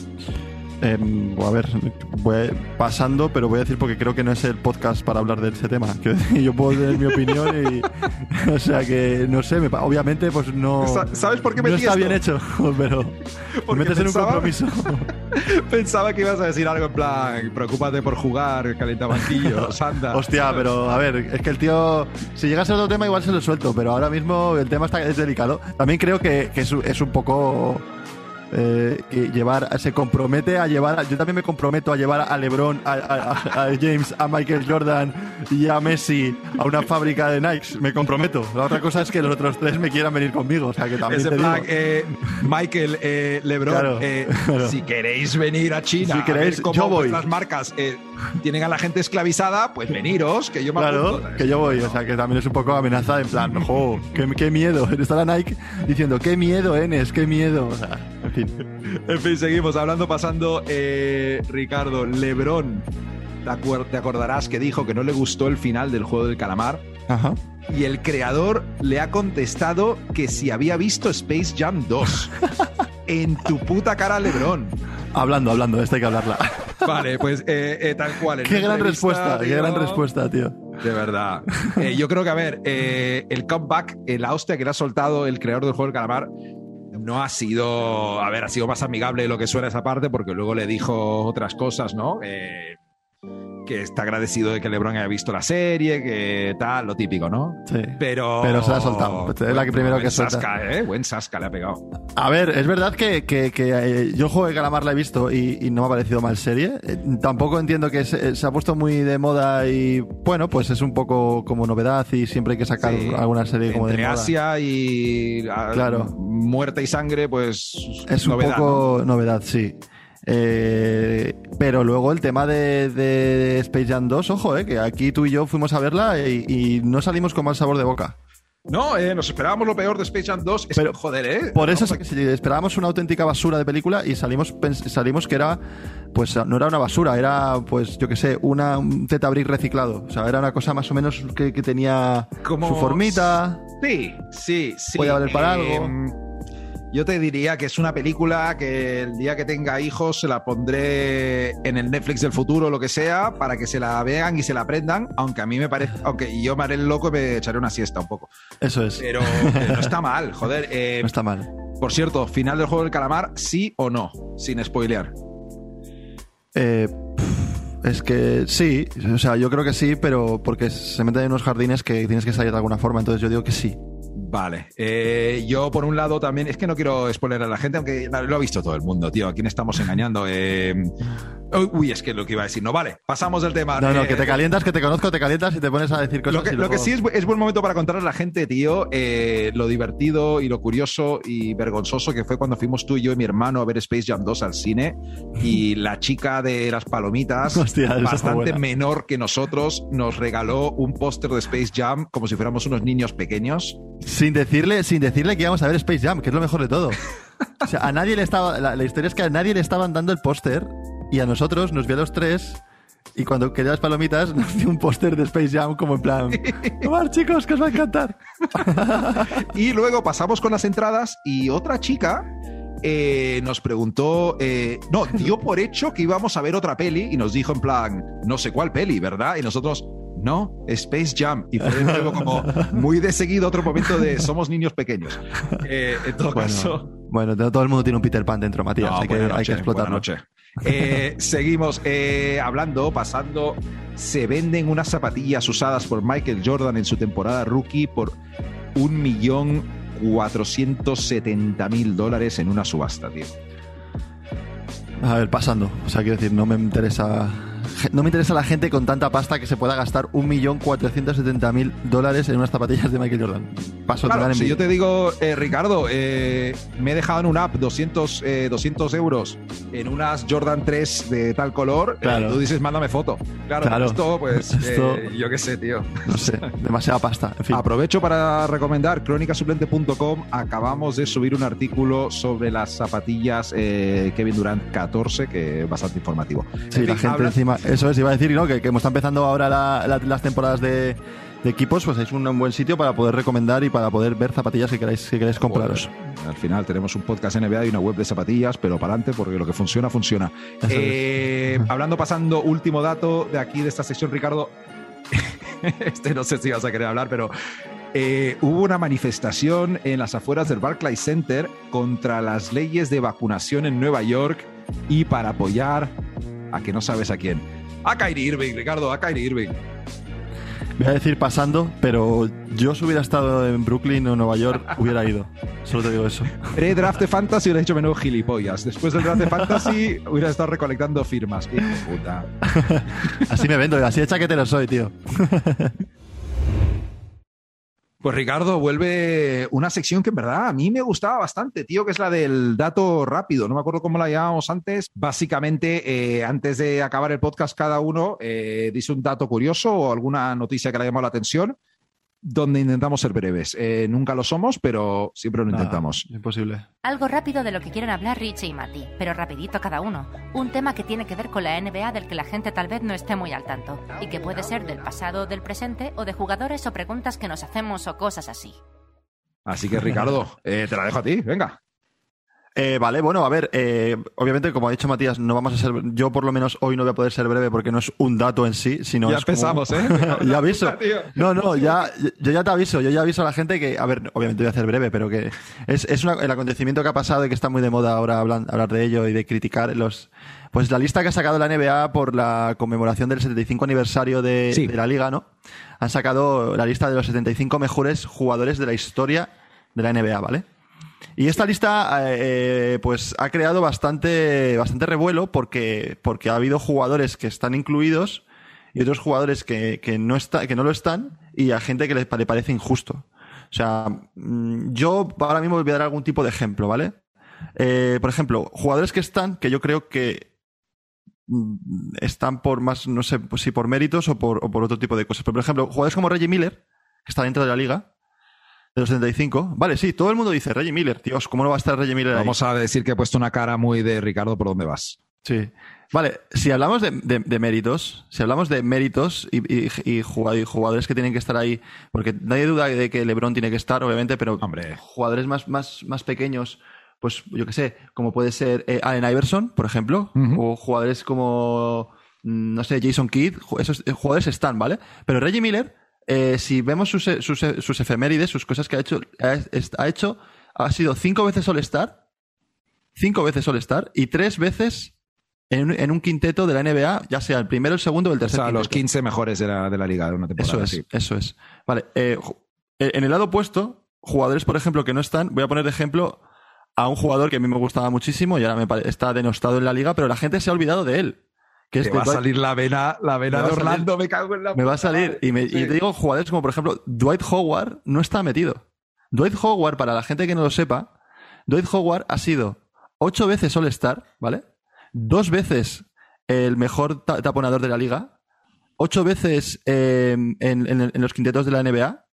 [SPEAKER 2] Eh, a ver, voy pasando, pero voy a decir porque creo que no es el podcast para hablar de ese tema. Que yo puedo tener mi opinión y, o sea que no sé, me, obviamente pues no.
[SPEAKER 1] ¿Sabes por qué me
[SPEAKER 2] no está
[SPEAKER 1] esto?
[SPEAKER 2] bien hecho, pero me metes
[SPEAKER 1] pensaba,
[SPEAKER 2] en un compromiso.
[SPEAKER 1] Pensaba que ibas a decir algo en plan, preocúpate por jugar, calentabanquillos, anda.
[SPEAKER 2] Hostia, pero a ver, es que el tío, si llegase a otro tema igual se lo suelto, pero ahora mismo el tema está, es delicado. También creo que, que es, es un poco. Eh, que llevar se compromete a llevar a, yo también me comprometo a llevar a LeBron, a, a, a James, a Michael Jordan y a Messi a una fábrica de Nike, me comprometo. La otra cosa es que los otros tres me quieran venir conmigo, o sea que también
[SPEAKER 1] Ese
[SPEAKER 2] te
[SPEAKER 1] plan,
[SPEAKER 2] digo.
[SPEAKER 1] eh, Michael, eh, LeBron,
[SPEAKER 2] Claro,
[SPEAKER 1] eh,
[SPEAKER 2] claro.
[SPEAKER 1] si queréis venir a China,
[SPEAKER 2] Si queréis,
[SPEAKER 1] a ver cómo
[SPEAKER 2] yo voy.
[SPEAKER 1] vuestras marcas eh, tienen a la gente esclavizada, pues veniros, que yo me
[SPEAKER 2] Claro,
[SPEAKER 1] apunto.
[SPEAKER 2] que yo voy, o sea que también es un poco amenaza en plan, ojo, qué, qué miedo, está la Nike diciendo, qué miedo, Enes, qué miedo, o sea, en fin.
[SPEAKER 1] En fin, seguimos hablando, pasando. Eh, Ricardo, LeBron, ¿te, acuer- te acordarás que dijo que no le gustó el final del juego del calamar?
[SPEAKER 2] Ajá.
[SPEAKER 1] Y el creador le ha contestado que si había visto Space Jam dos. En tu puta cara, LeBron.
[SPEAKER 2] Hablando, hablando, esta hay que hablarla.
[SPEAKER 1] Vale, pues eh, eh, tal cual. en
[SPEAKER 2] Qué
[SPEAKER 1] una
[SPEAKER 2] gran
[SPEAKER 1] entrevista,
[SPEAKER 2] respuesta, qué
[SPEAKER 1] tío,
[SPEAKER 2] gran respuesta, tío.
[SPEAKER 1] De verdad. Eh, yo creo que, a ver, eh, el comeback, eh, la hostia que le ha soltado el creador del juego del calamar, no ha sido, a ver, ha sido más amigable de lo que suena esa parte, porque luego le dijo otras cosas, ¿no? Eh, que está agradecido de que LeBron haya visto la serie, que tal, lo típico, ¿no?
[SPEAKER 2] Sí.
[SPEAKER 1] Pero,
[SPEAKER 2] Pero se la ha soltado. Es la que primero
[SPEAKER 1] buen
[SPEAKER 2] que suelta.
[SPEAKER 1] Sasca, ¿eh? Buen Sasca le ha pegado.
[SPEAKER 2] A ver, es verdad que, que, que eh, yo el juego de calamar la he visto y, y no me ha parecido mal serie. Eh, tampoco entiendo que se, se ha puesto muy de moda y, bueno, pues es un poco como novedad y siempre hay que sacar
[SPEAKER 1] Sí.
[SPEAKER 2] alguna serie como
[SPEAKER 1] Entre
[SPEAKER 2] de moda.
[SPEAKER 1] Asia y a-
[SPEAKER 2] Claro.
[SPEAKER 1] muerte y sangre, pues
[SPEAKER 2] Es un
[SPEAKER 1] novedad,
[SPEAKER 2] poco
[SPEAKER 1] ¿no?
[SPEAKER 2] novedad, sí. Eh, pero luego el tema de, de Space Jam dos, ojo, eh, que aquí tú y yo fuimos a verla y, y no salimos con mal sabor de boca.
[SPEAKER 1] No, eh, nos esperábamos lo peor de Space Jam dos. Es
[SPEAKER 2] Pero,
[SPEAKER 1] que, joder, ¿eh?
[SPEAKER 2] Por eso
[SPEAKER 1] No,
[SPEAKER 2] es que si esperábamos una auténtica basura de película y salimos pens- salimos que era, pues no era una basura, era, pues yo que sé, una, un Zeta Brick reciclado. O sea, era una cosa más o menos que, que tenía
[SPEAKER 1] Como-
[SPEAKER 2] su formita.
[SPEAKER 1] Sí, sí, sí.
[SPEAKER 2] Podía valer para
[SPEAKER 1] Eh,
[SPEAKER 2] algo.
[SPEAKER 1] Yo te diría que es una película que el día que tenga hijos se la pondré en el Netflix del futuro o lo que sea para que se la vean y se la aprendan, aunque a mí me parece, aunque yo me haré el loco y me echaré una siesta un poco.
[SPEAKER 2] Eso es.
[SPEAKER 1] Pero, pero no está mal, joder. Eh,
[SPEAKER 2] No está mal.
[SPEAKER 1] Por cierto, final del juego del calamar, sí o no, sin spoilear.
[SPEAKER 2] Eh, pff, es que sí, o sea, yo creo que sí, pero porque se meten en unos jardines que tienes que salir de alguna forma, entonces yo digo que sí.
[SPEAKER 1] Vale. Eh, yo, por un lado, también. Es que no quiero spoiler a la gente, aunque lo ha visto todo el mundo, tío. ¿A quién estamos engañando? Eh, uy, es que lo que iba a decir. No, vale. Pasamos del tema.
[SPEAKER 2] No, no,
[SPEAKER 1] Eh,
[SPEAKER 2] que te calientas, que te conozco, te calientas y te pones a decir cosas.
[SPEAKER 1] Lo que,
[SPEAKER 2] y
[SPEAKER 1] lo
[SPEAKER 2] luego-
[SPEAKER 1] que sí es, bu- es buen momento para contarle a la gente, tío, eh, lo divertido y lo curioso y vergonzoso que fue cuando fuimos tú y yo y mi hermano a ver Space Jam dos al cine y la chica de las palomitas,
[SPEAKER 2] Hostia, esa fue
[SPEAKER 1] bastante
[SPEAKER 2] buena.
[SPEAKER 1] menor que nosotros, nos regaló un póster de Space Jam como si fuéramos unos niños pequeños.
[SPEAKER 2] Sin decirle, sin decirle que íbamos a ver Space Jam, que es lo mejor de todo. O sea, a nadie le estaba. La, la historia es que a nadie le estaban dando el póster y a nosotros nos vio a los tres. Y cuando quería las palomitas, nos dio un póster de Space Jam como en plan. ¡Tomad, chicos, que os va a encantar!
[SPEAKER 1] Y luego pasamos con las entradas y otra chica eh, nos preguntó, eh, no, dio por hecho que íbamos a ver otra peli y nos dijo en plan, no sé cuál peli, ¿verdad? Y nosotros, no, Space Jam. Y fue de nuevo como muy de seguido otro momento de somos niños pequeños. Eh, en todo caso...
[SPEAKER 2] Bueno, bueno, todo el mundo tiene un Peter Pan dentro, Matías.
[SPEAKER 1] No,
[SPEAKER 2] hay, que,
[SPEAKER 1] buena
[SPEAKER 2] hay
[SPEAKER 1] noche,
[SPEAKER 2] que explotarlo.
[SPEAKER 1] buena noche. Eh, seguimos eh, hablando, pasando. Se venden unas zapatillas usadas por Michael Jordan en su temporada rookie por un millón cuatrocientos setenta mil dólares en una subasta, tío.
[SPEAKER 2] A ver, pasando. O sea, quiero decir, no me interesa No me interesa la gente con tanta pasta que se pueda gastar un millón cuatrocientos setenta mil dólares en unas zapatillas de Michael Jordan. Paso
[SPEAKER 1] Claro,
[SPEAKER 2] de
[SPEAKER 1] si yo te digo, eh, Ricardo, eh, me he dejado en una app doscientos, eh, doscientos euros en unas Jordan tres de tal color,
[SPEAKER 2] Claro.
[SPEAKER 1] eh, tú dices, mándame foto. Claro,
[SPEAKER 2] Claro.
[SPEAKER 1] esto, pues,
[SPEAKER 2] Esto-
[SPEAKER 1] eh, yo qué sé, tío.
[SPEAKER 2] No sé, demasiada pasta. En fin.
[SPEAKER 1] Aprovecho para recomendar crónicasuplente punto com. Acabamos de subir un artículo sobre las zapatillas eh, Kevin Durant catorce, que es bastante informativo.
[SPEAKER 2] Sí,
[SPEAKER 1] En
[SPEAKER 2] la
[SPEAKER 1] fin,
[SPEAKER 2] gente
[SPEAKER 1] habla-
[SPEAKER 2] encima. Eso es, iba a decir, ¿no? Que, que como está empezando ahora la- la- las temporadas de, de equipos, pues es un, un buen sitio para poder recomendar y para poder ver zapatillas que queráis, que queráis compraros.
[SPEAKER 1] Joder, al final tenemos un podcast N B A y una web de zapatillas, pero para adelante, porque lo que funciona, funciona.
[SPEAKER 2] Eso
[SPEAKER 1] Eh, hablando, pasando, último dato de aquí, de esta sección, Ricardo. Este no sé si vas a querer hablar, pero eh, hubo una manifestación en las afueras del Barclays Center contra las leyes de vacunación en Nueva York y para apoyar a que no sabes a quién. A Kyrie Irving, Ricardo, a Kyrie Irving.
[SPEAKER 2] Voy a decir pasando, pero yo si hubiera estado en Brooklyn o Nueva York, hubiera ido. Solo te digo eso.
[SPEAKER 1] Pre-draft de Fantasy hubiera hecho menudo gilipollas. Después del draft de Fantasy hubiera estado recolectando firmas. ¡Qué hijo de puta!
[SPEAKER 2] Así me vendo, así de chaquetero soy, tío.
[SPEAKER 1] Pues Ricardo, vuelve una sección que en verdad a mí me gustaba bastante, tío, que es la del dato rápido. No me acuerdo cómo la llamábamos antes. Básicamente, eh, antes de acabar el podcast, cada uno eh, dice un dato curioso o alguna noticia que le haya llamado la atención, donde intentamos ser breves. Eh, nunca lo somos, pero siempre lo intentamos.
[SPEAKER 2] Ah, imposible.
[SPEAKER 5] Algo rápido de lo que quieren hablar Richie y Mati, pero rapidito cada uno. Un tema que tiene que ver con la N B A del que la gente tal vez no esté muy al tanto, y que puede ser del pasado, del presente, o de jugadores o preguntas que nos hacemos o cosas así.
[SPEAKER 1] Así que, Ricardo, eh, te la dejo a ti. Venga.
[SPEAKER 2] Eh, vale, bueno, a ver, eh, obviamente, como ha dicho Matías, no vamos a ser, yo por lo menos hoy no voy a poder ser breve porque no es un dato en sí, sino
[SPEAKER 1] Ya
[SPEAKER 2] es como-
[SPEAKER 1] empezamos, ¿eh?
[SPEAKER 2] Ya aviso.
[SPEAKER 1] Puta, tío.
[SPEAKER 2] No, no, ya, yo ya te aviso, yo ya aviso a la gente que, a ver, obviamente voy a hacer breve, pero que es, es una- el acontecimiento que ha pasado y que está muy de moda ahora hablan- hablar de ello y de criticar los, pues la lista que ha sacado la N B A por la conmemoración del setenta y cinco aniversario de,
[SPEAKER 1] Sí.
[SPEAKER 2] de la liga, ¿no? Han sacado la lista de los setenta y cinco mejores jugadores de la historia de la N B A, ¿vale? Y esta lista eh, pues ha creado bastante, bastante revuelo porque, porque ha habido jugadores que están incluidos y otros jugadores que, que, no, está, que no lo están y a gente que le, le parece injusto. O sea, mm, yo ahora mismo voy a dar algún tipo de ejemplo, ¿vale? Eh, por ejemplo, jugadores que están, que yo creo que mm, están por más, no sé si por méritos o por, o por otro tipo de cosas. Pero, por ejemplo, jugadores como Reggie Miller, que está dentro de la liga, de los setenta y cinco. Vale, sí, todo el mundo dice Reggie Miller. Dios, ¿cómo no va a estar Reggie Miller ahí?
[SPEAKER 1] Vamos a decir que he puesto una cara muy de Ricardo, ¿por dónde vas?
[SPEAKER 2] Sí. Vale, si hablamos de, de- de méritos, si hablamos de méritos y, y- y jugad- y jugadores que tienen que estar ahí, porque nadie duda de que LeBron tiene que estar, obviamente, pero
[SPEAKER 1] Hombre.
[SPEAKER 2] jugadores más, más, más pequeños, pues yo qué sé, como puede ser eh, Allen Iverson, por ejemplo,
[SPEAKER 1] Ujú.
[SPEAKER 2] o jugadores como, mm, no sé, Jason Kidd, ju- esos eh, jugadores están, ¿vale? Pero Reggie Miller, eh, si vemos sus, eh, sus, eh, sus efemérides, sus cosas que ha hecho, ha, ha hecho, ha sido cinco veces All-Star, cinco veces All-Star y tres veces en un, en un quinteto de la N B A, ya sea el primero, el segundo o el
[SPEAKER 1] O
[SPEAKER 2] tercer
[SPEAKER 1] sea, los
[SPEAKER 2] quinteto.
[SPEAKER 1] quince mejores de la, de la liga de una temporada.
[SPEAKER 2] Eso es,
[SPEAKER 1] sí.
[SPEAKER 2] eso es. Vale, eh, ju- eh, en el lado opuesto, jugadores, por ejemplo, que no están, voy a poner de ejemplo a un jugador que a mí me gustaba muchísimo y ahora me pare- está denostado en la liga, pero la gente se ha olvidado de él. Que
[SPEAKER 1] Te
[SPEAKER 2] es de
[SPEAKER 1] va a
[SPEAKER 2] Dwight-
[SPEAKER 1] salir la vena, la vena
[SPEAKER 2] Me va
[SPEAKER 1] de
[SPEAKER 2] a salir-
[SPEAKER 1] Orlando, me cago en la
[SPEAKER 2] me va a
[SPEAKER 1] puta
[SPEAKER 2] salir.
[SPEAKER 1] madre.
[SPEAKER 2] Y, me,
[SPEAKER 1] Sí.
[SPEAKER 2] y te digo jugadores como, por ejemplo, Dwight Howard no está metido. Dwight Howard, para la gente que no lo sepa, Dwight Howard ha sido ocho veces All-Star, ¿vale? Dos veces el mejor ta- taponador de la liga, ocho veces eh, en, en- en los quintetos de la N B A,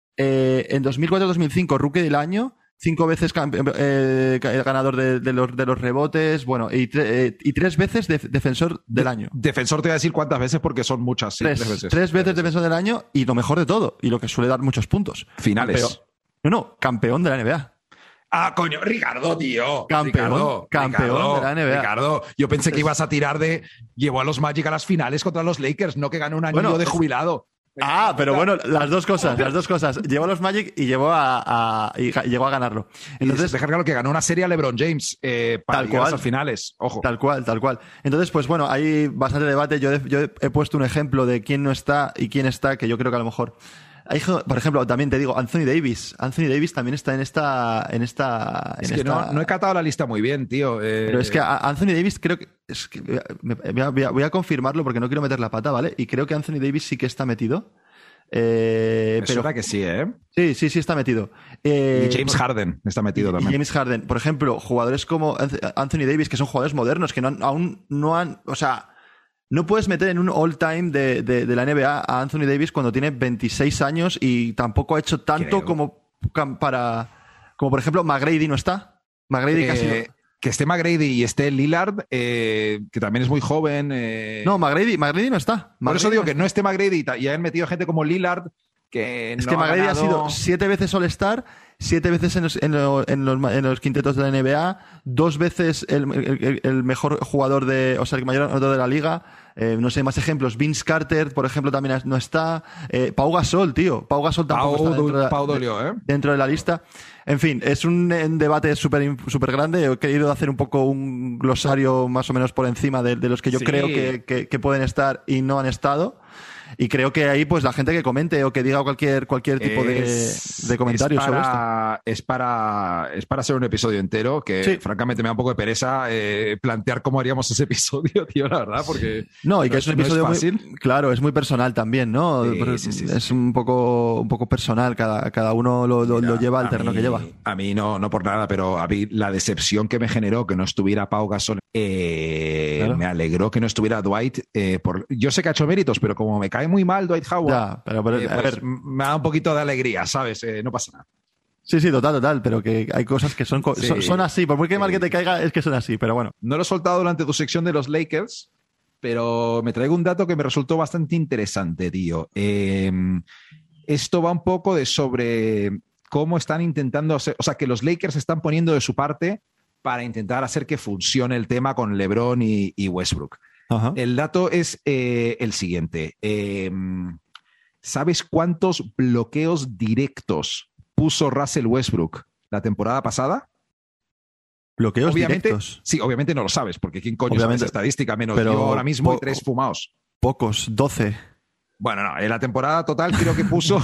[SPEAKER 2] eh, en dos mil cuatro dos mil cinco Rookie del Año, cinco veces campe- eh, ca- ganador de, de los, de los rebotes, bueno, y, tre- eh, y tres veces def- defensor del año.
[SPEAKER 1] Defensor te voy a decir cuántas veces porque son muchas. Sí,
[SPEAKER 2] tres,
[SPEAKER 1] tres veces.
[SPEAKER 2] tres veces defensor del año y lo mejor de todo, y lo que suele dar muchos puntos.
[SPEAKER 1] Finales.
[SPEAKER 2] Campeón- no, no, campeón de la N B A.
[SPEAKER 1] Ah, coño, Ricardo, tío.
[SPEAKER 2] Campeón,
[SPEAKER 1] Ricardo,
[SPEAKER 2] campeón
[SPEAKER 1] Ricardo,
[SPEAKER 2] de la N B A.
[SPEAKER 1] Ricardo, yo pensé que
[SPEAKER 2] Es-
[SPEAKER 1] ibas a tirar de. Llevó a los Magic a las finales contra los Lakers, no que ganó un anillo
[SPEAKER 2] Bueno,
[SPEAKER 1] de
[SPEAKER 2] es-
[SPEAKER 1] jubilado.
[SPEAKER 2] Ah, pero bueno, las dos cosas, las dos cosas. Llevó a los Magic y llevó a, a- y ga- llegó a ganarlo.
[SPEAKER 1] Entonces,
[SPEAKER 2] Entonces,
[SPEAKER 1] dejar claro que ganó una serie a LeBron James eh, para
[SPEAKER 2] Tal
[SPEAKER 1] llegar a
[SPEAKER 2] cual.
[SPEAKER 1] las finales. Ojo.
[SPEAKER 2] tal cual, tal cual. Entonces, pues bueno, hay bastante debate. Yo, he- yo he he puesto un ejemplo de quién no está y quién está, que yo creo que a lo mejor hay, por ejemplo, también te digo, Anthony Davis. Anthony Davis también está en esta... En esta
[SPEAKER 1] es
[SPEAKER 2] en
[SPEAKER 1] que
[SPEAKER 2] esta...
[SPEAKER 1] No, no he catado la lista muy bien, tío. Eh...
[SPEAKER 2] Pero es que Anthony Davis creo que... Es que voy, a, voy, a, voy a confirmarlo porque no quiero meter la pata, ¿vale? Y creo que Anthony Davis sí que está metido. Eh,
[SPEAKER 1] Me
[SPEAKER 2] pero
[SPEAKER 1] suena que sí, ¿eh?
[SPEAKER 2] Sí, sí, sí está metido.
[SPEAKER 1] Eh, y James Harden está metido también.
[SPEAKER 2] James Harden. Por ejemplo, jugadores como Anthony Davis, que son jugadores modernos, que no han, aún no han... O sea, no puedes meter en un all-time de, de, de la N B A a Anthony Davis cuando tiene veintiséis años y tampoco ha hecho tanto como para... Como por ejemplo, McGrady no está. McGrady
[SPEAKER 1] eh,
[SPEAKER 2] casi no.
[SPEAKER 1] Que esté McGrady y esté Lillard, eh, que también es muy joven. Eh...
[SPEAKER 2] No, McGrady, McGrady no está.
[SPEAKER 1] Por
[SPEAKER 2] McGrady
[SPEAKER 1] eso digo
[SPEAKER 2] no
[SPEAKER 1] que
[SPEAKER 2] está.
[SPEAKER 1] no esté McGrady y hayan metido gente como Lillard, que
[SPEAKER 2] Es
[SPEAKER 1] no
[SPEAKER 2] que
[SPEAKER 1] ha
[SPEAKER 2] McGrady
[SPEAKER 1] ganado...
[SPEAKER 2] ha sido siete veces All-Star, siete veces en los, en, los, en, los, en los quintetos de la N B A, dos veces el, el, el mejor jugador de, o sea, el mayor anotador de la liga. Eh, no sé, más ejemplos. Vince Carter, por ejemplo, también no está. Eh, Pau Gasol, tío. Pau Gasol tampoco
[SPEAKER 1] Pau,
[SPEAKER 2] está dentro de,
[SPEAKER 1] Pau dolió, ¿eh?
[SPEAKER 2] dentro de la lista. En fin, es un, un debate súper súper grande. He querido hacer un poco un glosario más o menos por encima de, de los que yo
[SPEAKER 1] sí.
[SPEAKER 2] creo que, que, que pueden estar y no han estado. Y creo que ahí, pues, la gente que comente o que diga cualquier, cualquier tipo
[SPEAKER 1] es,
[SPEAKER 2] de, de comentario
[SPEAKER 1] es para,
[SPEAKER 2] sobre esto.
[SPEAKER 1] Es para, es para ser un episodio entero, que
[SPEAKER 2] sí.
[SPEAKER 1] francamente me da un poco de pereza eh, plantear cómo haríamos ese episodio, tío, la verdad, porque...
[SPEAKER 2] No, y que
[SPEAKER 1] no
[SPEAKER 2] es un episodio
[SPEAKER 1] no es fácil.
[SPEAKER 2] muy... Claro, es muy personal también, ¿no?
[SPEAKER 1] Sí, sí, sí,
[SPEAKER 2] es
[SPEAKER 1] sí.
[SPEAKER 2] un poco, un poco personal, cada, cada uno lo, lo,
[SPEAKER 1] Mira,
[SPEAKER 2] lo lleva al terreno
[SPEAKER 1] mí,
[SPEAKER 2] que lleva.
[SPEAKER 1] A mí no, no por nada, pero a mí la decepción que me generó que no estuviera Pau Gasol, eh, claro. me alegró que no estuviera Dwight. Eh, por, yo sé que ha hecho méritos, pero como me cae muy mal Dwight Howard,
[SPEAKER 2] ya, pero, pero,
[SPEAKER 1] eh,
[SPEAKER 2] a
[SPEAKER 1] pues
[SPEAKER 2] ver,
[SPEAKER 1] me da un poquito de alegría, ¿sabes? Eh, no pasa nada.
[SPEAKER 2] Sí, sí, total, total, pero que hay cosas que son, sí, son, son así, por muy que sí. mal que te caiga, es que son así, pero bueno.
[SPEAKER 1] No lo he soltado durante tu sección de los Lakers, pero me traigo un dato que me resultó bastante interesante, tío. Eh, esto va un poco de sobre cómo están intentando hacer, o sea, que los Lakers están poniendo de su parte para intentar hacer que funcione el tema con LeBron y, y Westbrook. Ajá. El dato es eh, el siguiente. Eh, ¿Sabes cuántos bloqueos directos puso Russell Westbrook la temporada pasada?
[SPEAKER 2] ¿Bloqueos
[SPEAKER 1] obviamente,
[SPEAKER 2] directos?
[SPEAKER 1] Sí, obviamente no lo sabes, porque ¿quién coño
[SPEAKER 2] obviamente,
[SPEAKER 1] sabe esa estadística? Menos
[SPEAKER 2] pero
[SPEAKER 1] yo ahora mismo
[SPEAKER 2] po-
[SPEAKER 1] y tres fumados.
[SPEAKER 2] Pocos, doce.
[SPEAKER 1] Bueno, no, en la temporada total creo que puso...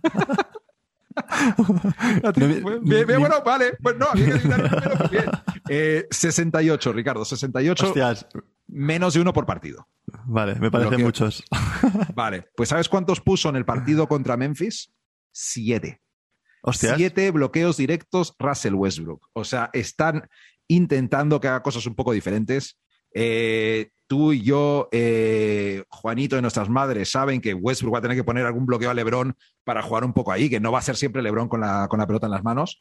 [SPEAKER 1] bien, bien, bien, bueno, vale. Pues no, había que editar el número, pues bien. Eh, sesenta y ocho, Ricardo, sesenta y ocho.
[SPEAKER 2] Hostias.
[SPEAKER 1] Menos de uno por partido.
[SPEAKER 2] Vale, me parecen
[SPEAKER 1] Bloqueo.
[SPEAKER 2] muchos.
[SPEAKER 1] Vale, pues ¿sabes cuántos puso en el partido contra Memphis? Siete.
[SPEAKER 2] Hostias.
[SPEAKER 1] Siete bloqueos directos Russell Westbrook. O sea, están intentando que haga cosas un poco diferentes. Eh, tú y yo, eh, Juanito de nuestras madres, saben que Westbrook va a tener que poner algún bloqueo a LeBron para jugar un poco ahí, que no va a ser siempre LeBron con la, con la pelota en las manos.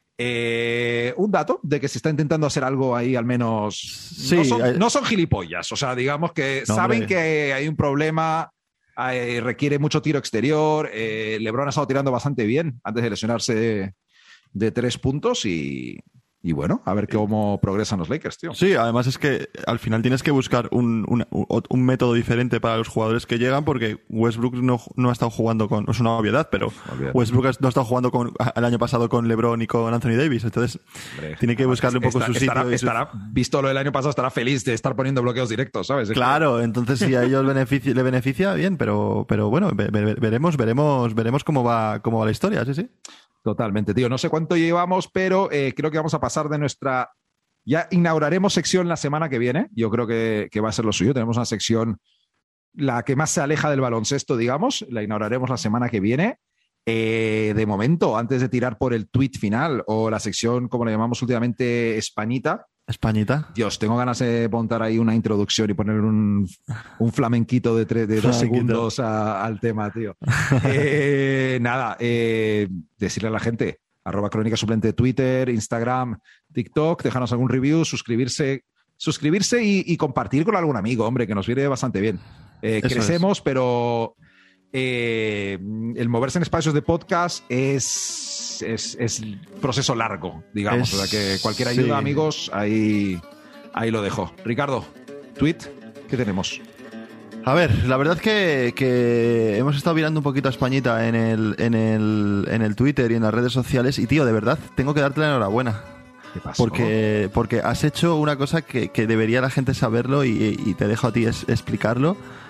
[SPEAKER 1] Eh, un dato de que se está intentando hacer algo ahí, al menos.
[SPEAKER 2] Sí,
[SPEAKER 1] no, son,
[SPEAKER 2] hay...
[SPEAKER 1] no son gilipollas. O sea, digamos que
[SPEAKER 2] no,
[SPEAKER 1] saben
[SPEAKER 2] hombre.
[SPEAKER 1] que hay un problema, eh, requiere mucho tiro exterior. Eh, LeBron ha estado tirando bastante bien antes de lesionarse de, de tres puntos y. Y bueno, a ver cómo progresan los Lakers, tío.
[SPEAKER 2] Sí, además es que al final tienes que buscar un, un, un método diferente para los jugadores que llegan, porque Westbrook no, no ha estado jugando con... Es una obviedad, pero
[SPEAKER 1] Olvídate.
[SPEAKER 2] Westbrook no ha estado jugando con, el año pasado con LeBron y con Anthony Davis. Entonces,
[SPEAKER 1] Hombre,
[SPEAKER 2] tiene que buscarle un poco
[SPEAKER 1] está,
[SPEAKER 2] su sitio.
[SPEAKER 1] Estará,
[SPEAKER 2] y su...
[SPEAKER 1] estará, visto lo del año pasado, estará feliz de estar poniendo bloqueos directos, ¿sabes? Es
[SPEAKER 2] claro,
[SPEAKER 1] que...
[SPEAKER 2] entonces si a ellos beneficia, le beneficia, bien, pero, pero bueno, ve, ve, veremos, veremos, veremos cómo va, cómo va la historia, sí, sí.
[SPEAKER 1] Totalmente, tío. No sé cuánto llevamos, pero eh, creo que vamos a pasar de nuestra... Ya inauguraremos sección la semana que viene. Yo creo que, que va a ser lo suyo. Tenemos una sección, la que más se aleja del baloncesto, digamos. La inauguraremos la semana que viene. Eh, de momento, antes de tirar por el tweet final o la sección, como le llamamos últimamente, Españita.
[SPEAKER 2] Españita.
[SPEAKER 1] Dios, tengo ganas de montar ahí una introducción y poner un, un flamenquito de, tres, de dos segundos a, al tema, tío. Eh, nada, eh, decirle a la gente, arroba Crónica Suplente, Twitter, Instagram, TikTok, dejarnos algún review, suscribirse, suscribirse y, y compartir con algún amigo, hombre, que nos viene bastante bien. Eh, crecemos, es. pero eh, el moverse en espacios de podcast es, es, es proceso largo, digamos. Es, o sea que cualquier ayuda, sí. amigos, ahí, ahí lo dejo. Ricardo, tweet, ¿qué tenemos?
[SPEAKER 2] A ver, la verdad que, que hemos estado mirando un poquito a Españita en el, en, el, en el Twitter y en las redes sociales y, tío, de verdad, tengo que darte la enhorabuena.
[SPEAKER 1] ¿Qué pasó?
[SPEAKER 2] Porque, porque has hecho una cosa que, que debería la gente saberlo y, y te dejo a ti es, explicarlo.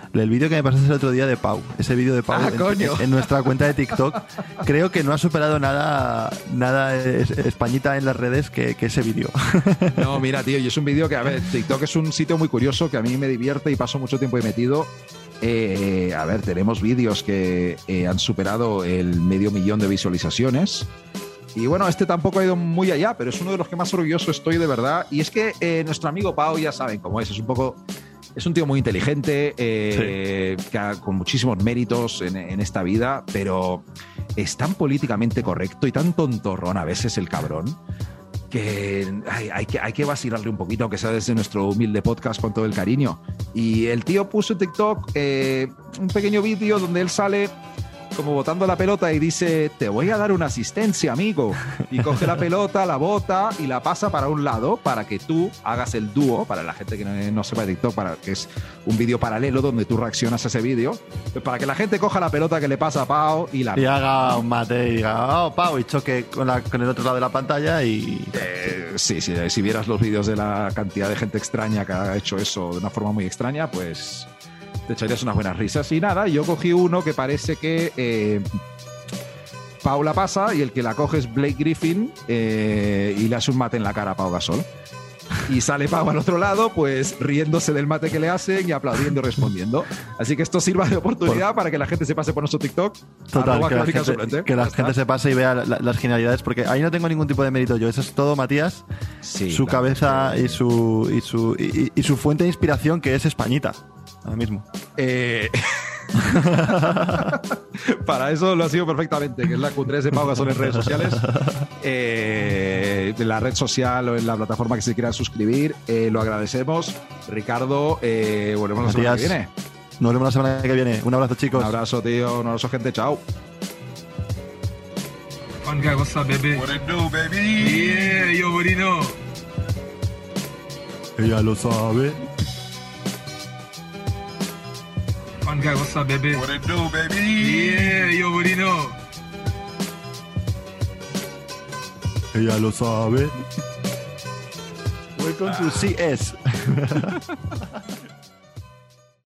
[SPEAKER 2] El vídeo que me pasaste el otro día de Pau, ese vídeo de Pau
[SPEAKER 1] Ah,
[SPEAKER 2] en,
[SPEAKER 1] coño.
[SPEAKER 2] en nuestra cuenta de TikTok, creo que no ha superado nada, nada es- Españita en las redes que, que ese vídeo.
[SPEAKER 1] No, mira, tío, y es un vídeo que, a ver, TikTok es un sitio muy curioso que a mí me divierte y paso mucho tiempo ahí metido. Eh, a ver, tenemos vídeos que eh, han superado el medio millón de visualizaciones. Y bueno, este tampoco ha ido muy allá, pero es uno de los que más orgulloso estoy de verdad. Y es que eh, nuestro amigo Pau, ya saben cómo es, es un poco... Es un tío muy inteligente, eh, que ha- con muchísimos méritos en, en esta vida, pero es tan políticamente correcto y tan tontorrón a veces el cabrón que ay, hay que hay que vacilarle un poquito, aunque sea desde nuestro humilde podcast con todo el cariño. Y el tío puso en TikTok eh, un pequeño vídeo donde él sale como botando la pelota y dice: te voy a dar una asistencia, amigo. Y coge la pelota, la bota y la pasa para un lado para que tú hagas el dúo, para la gente que no, no sepa de TikTok, para que es un vídeo paralelo donde tú reaccionas a ese vídeo, para que la gente coja la pelota que le pasa a Pau y la...
[SPEAKER 2] Y haga un mate y diga, oh, Pau, y choque con, la, con el otro lado de la pantalla y...
[SPEAKER 1] Eh, sí, sí, si vieras los vídeos de la cantidad de gente extraña que ha hecho eso de una forma muy extraña, pues te echarías unas buenas risas. Y nada, yo cogí uno que parece que eh, Pau la pasa y el que la coge es Blake Griffin eh, y le hace un mate en la cara a Pau Gasol. Y sale Pau al otro lado, pues riéndose del mate que le hacen y aplaudiendo y respondiendo. Así que esto sirva de oportunidad para que la gente se pase por nuestro TikTok.
[SPEAKER 2] Total,
[SPEAKER 1] arroba
[SPEAKER 2] que la,
[SPEAKER 1] Crónica
[SPEAKER 2] gente,
[SPEAKER 1] Suplente.
[SPEAKER 2] que la
[SPEAKER 1] Ya está.
[SPEAKER 2] gente se pase y vea la- las genialidades, porque ahí no tengo ningún tipo de mérito yo. Eso es todo Matías,
[SPEAKER 1] Sí,
[SPEAKER 2] su
[SPEAKER 1] claro,
[SPEAKER 2] cabeza
[SPEAKER 1] es que-
[SPEAKER 2] y su y su y, y- y su fuente de inspiración, que es Españita, ahora mismo.
[SPEAKER 1] Eh, Para eso lo ha sido perfectamente, que es la Q tres de Pau Gasol en redes sociales. Eh, en la red social o en la plataforma que se quiera suscribir, eh, lo agradecemos. Ricardo, eh, volvemos la semana que
[SPEAKER 2] Matías,
[SPEAKER 1] viene.
[SPEAKER 2] nos vemos la semana que viene. Un abrazo, chicos.
[SPEAKER 1] Un abrazo, tío. Un abrazo, gente. Chao.
[SPEAKER 3] Fun guy, what's up, baby?
[SPEAKER 4] What it do, baby?
[SPEAKER 3] Yeah, you already know.
[SPEAKER 2] Ella lo sabe.
[SPEAKER 3] Fun guy, what's up, baby?
[SPEAKER 4] What it do, baby?
[SPEAKER 3] Yeah, you already know.
[SPEAKER 2] Ella lo sabe. Welcome to C S.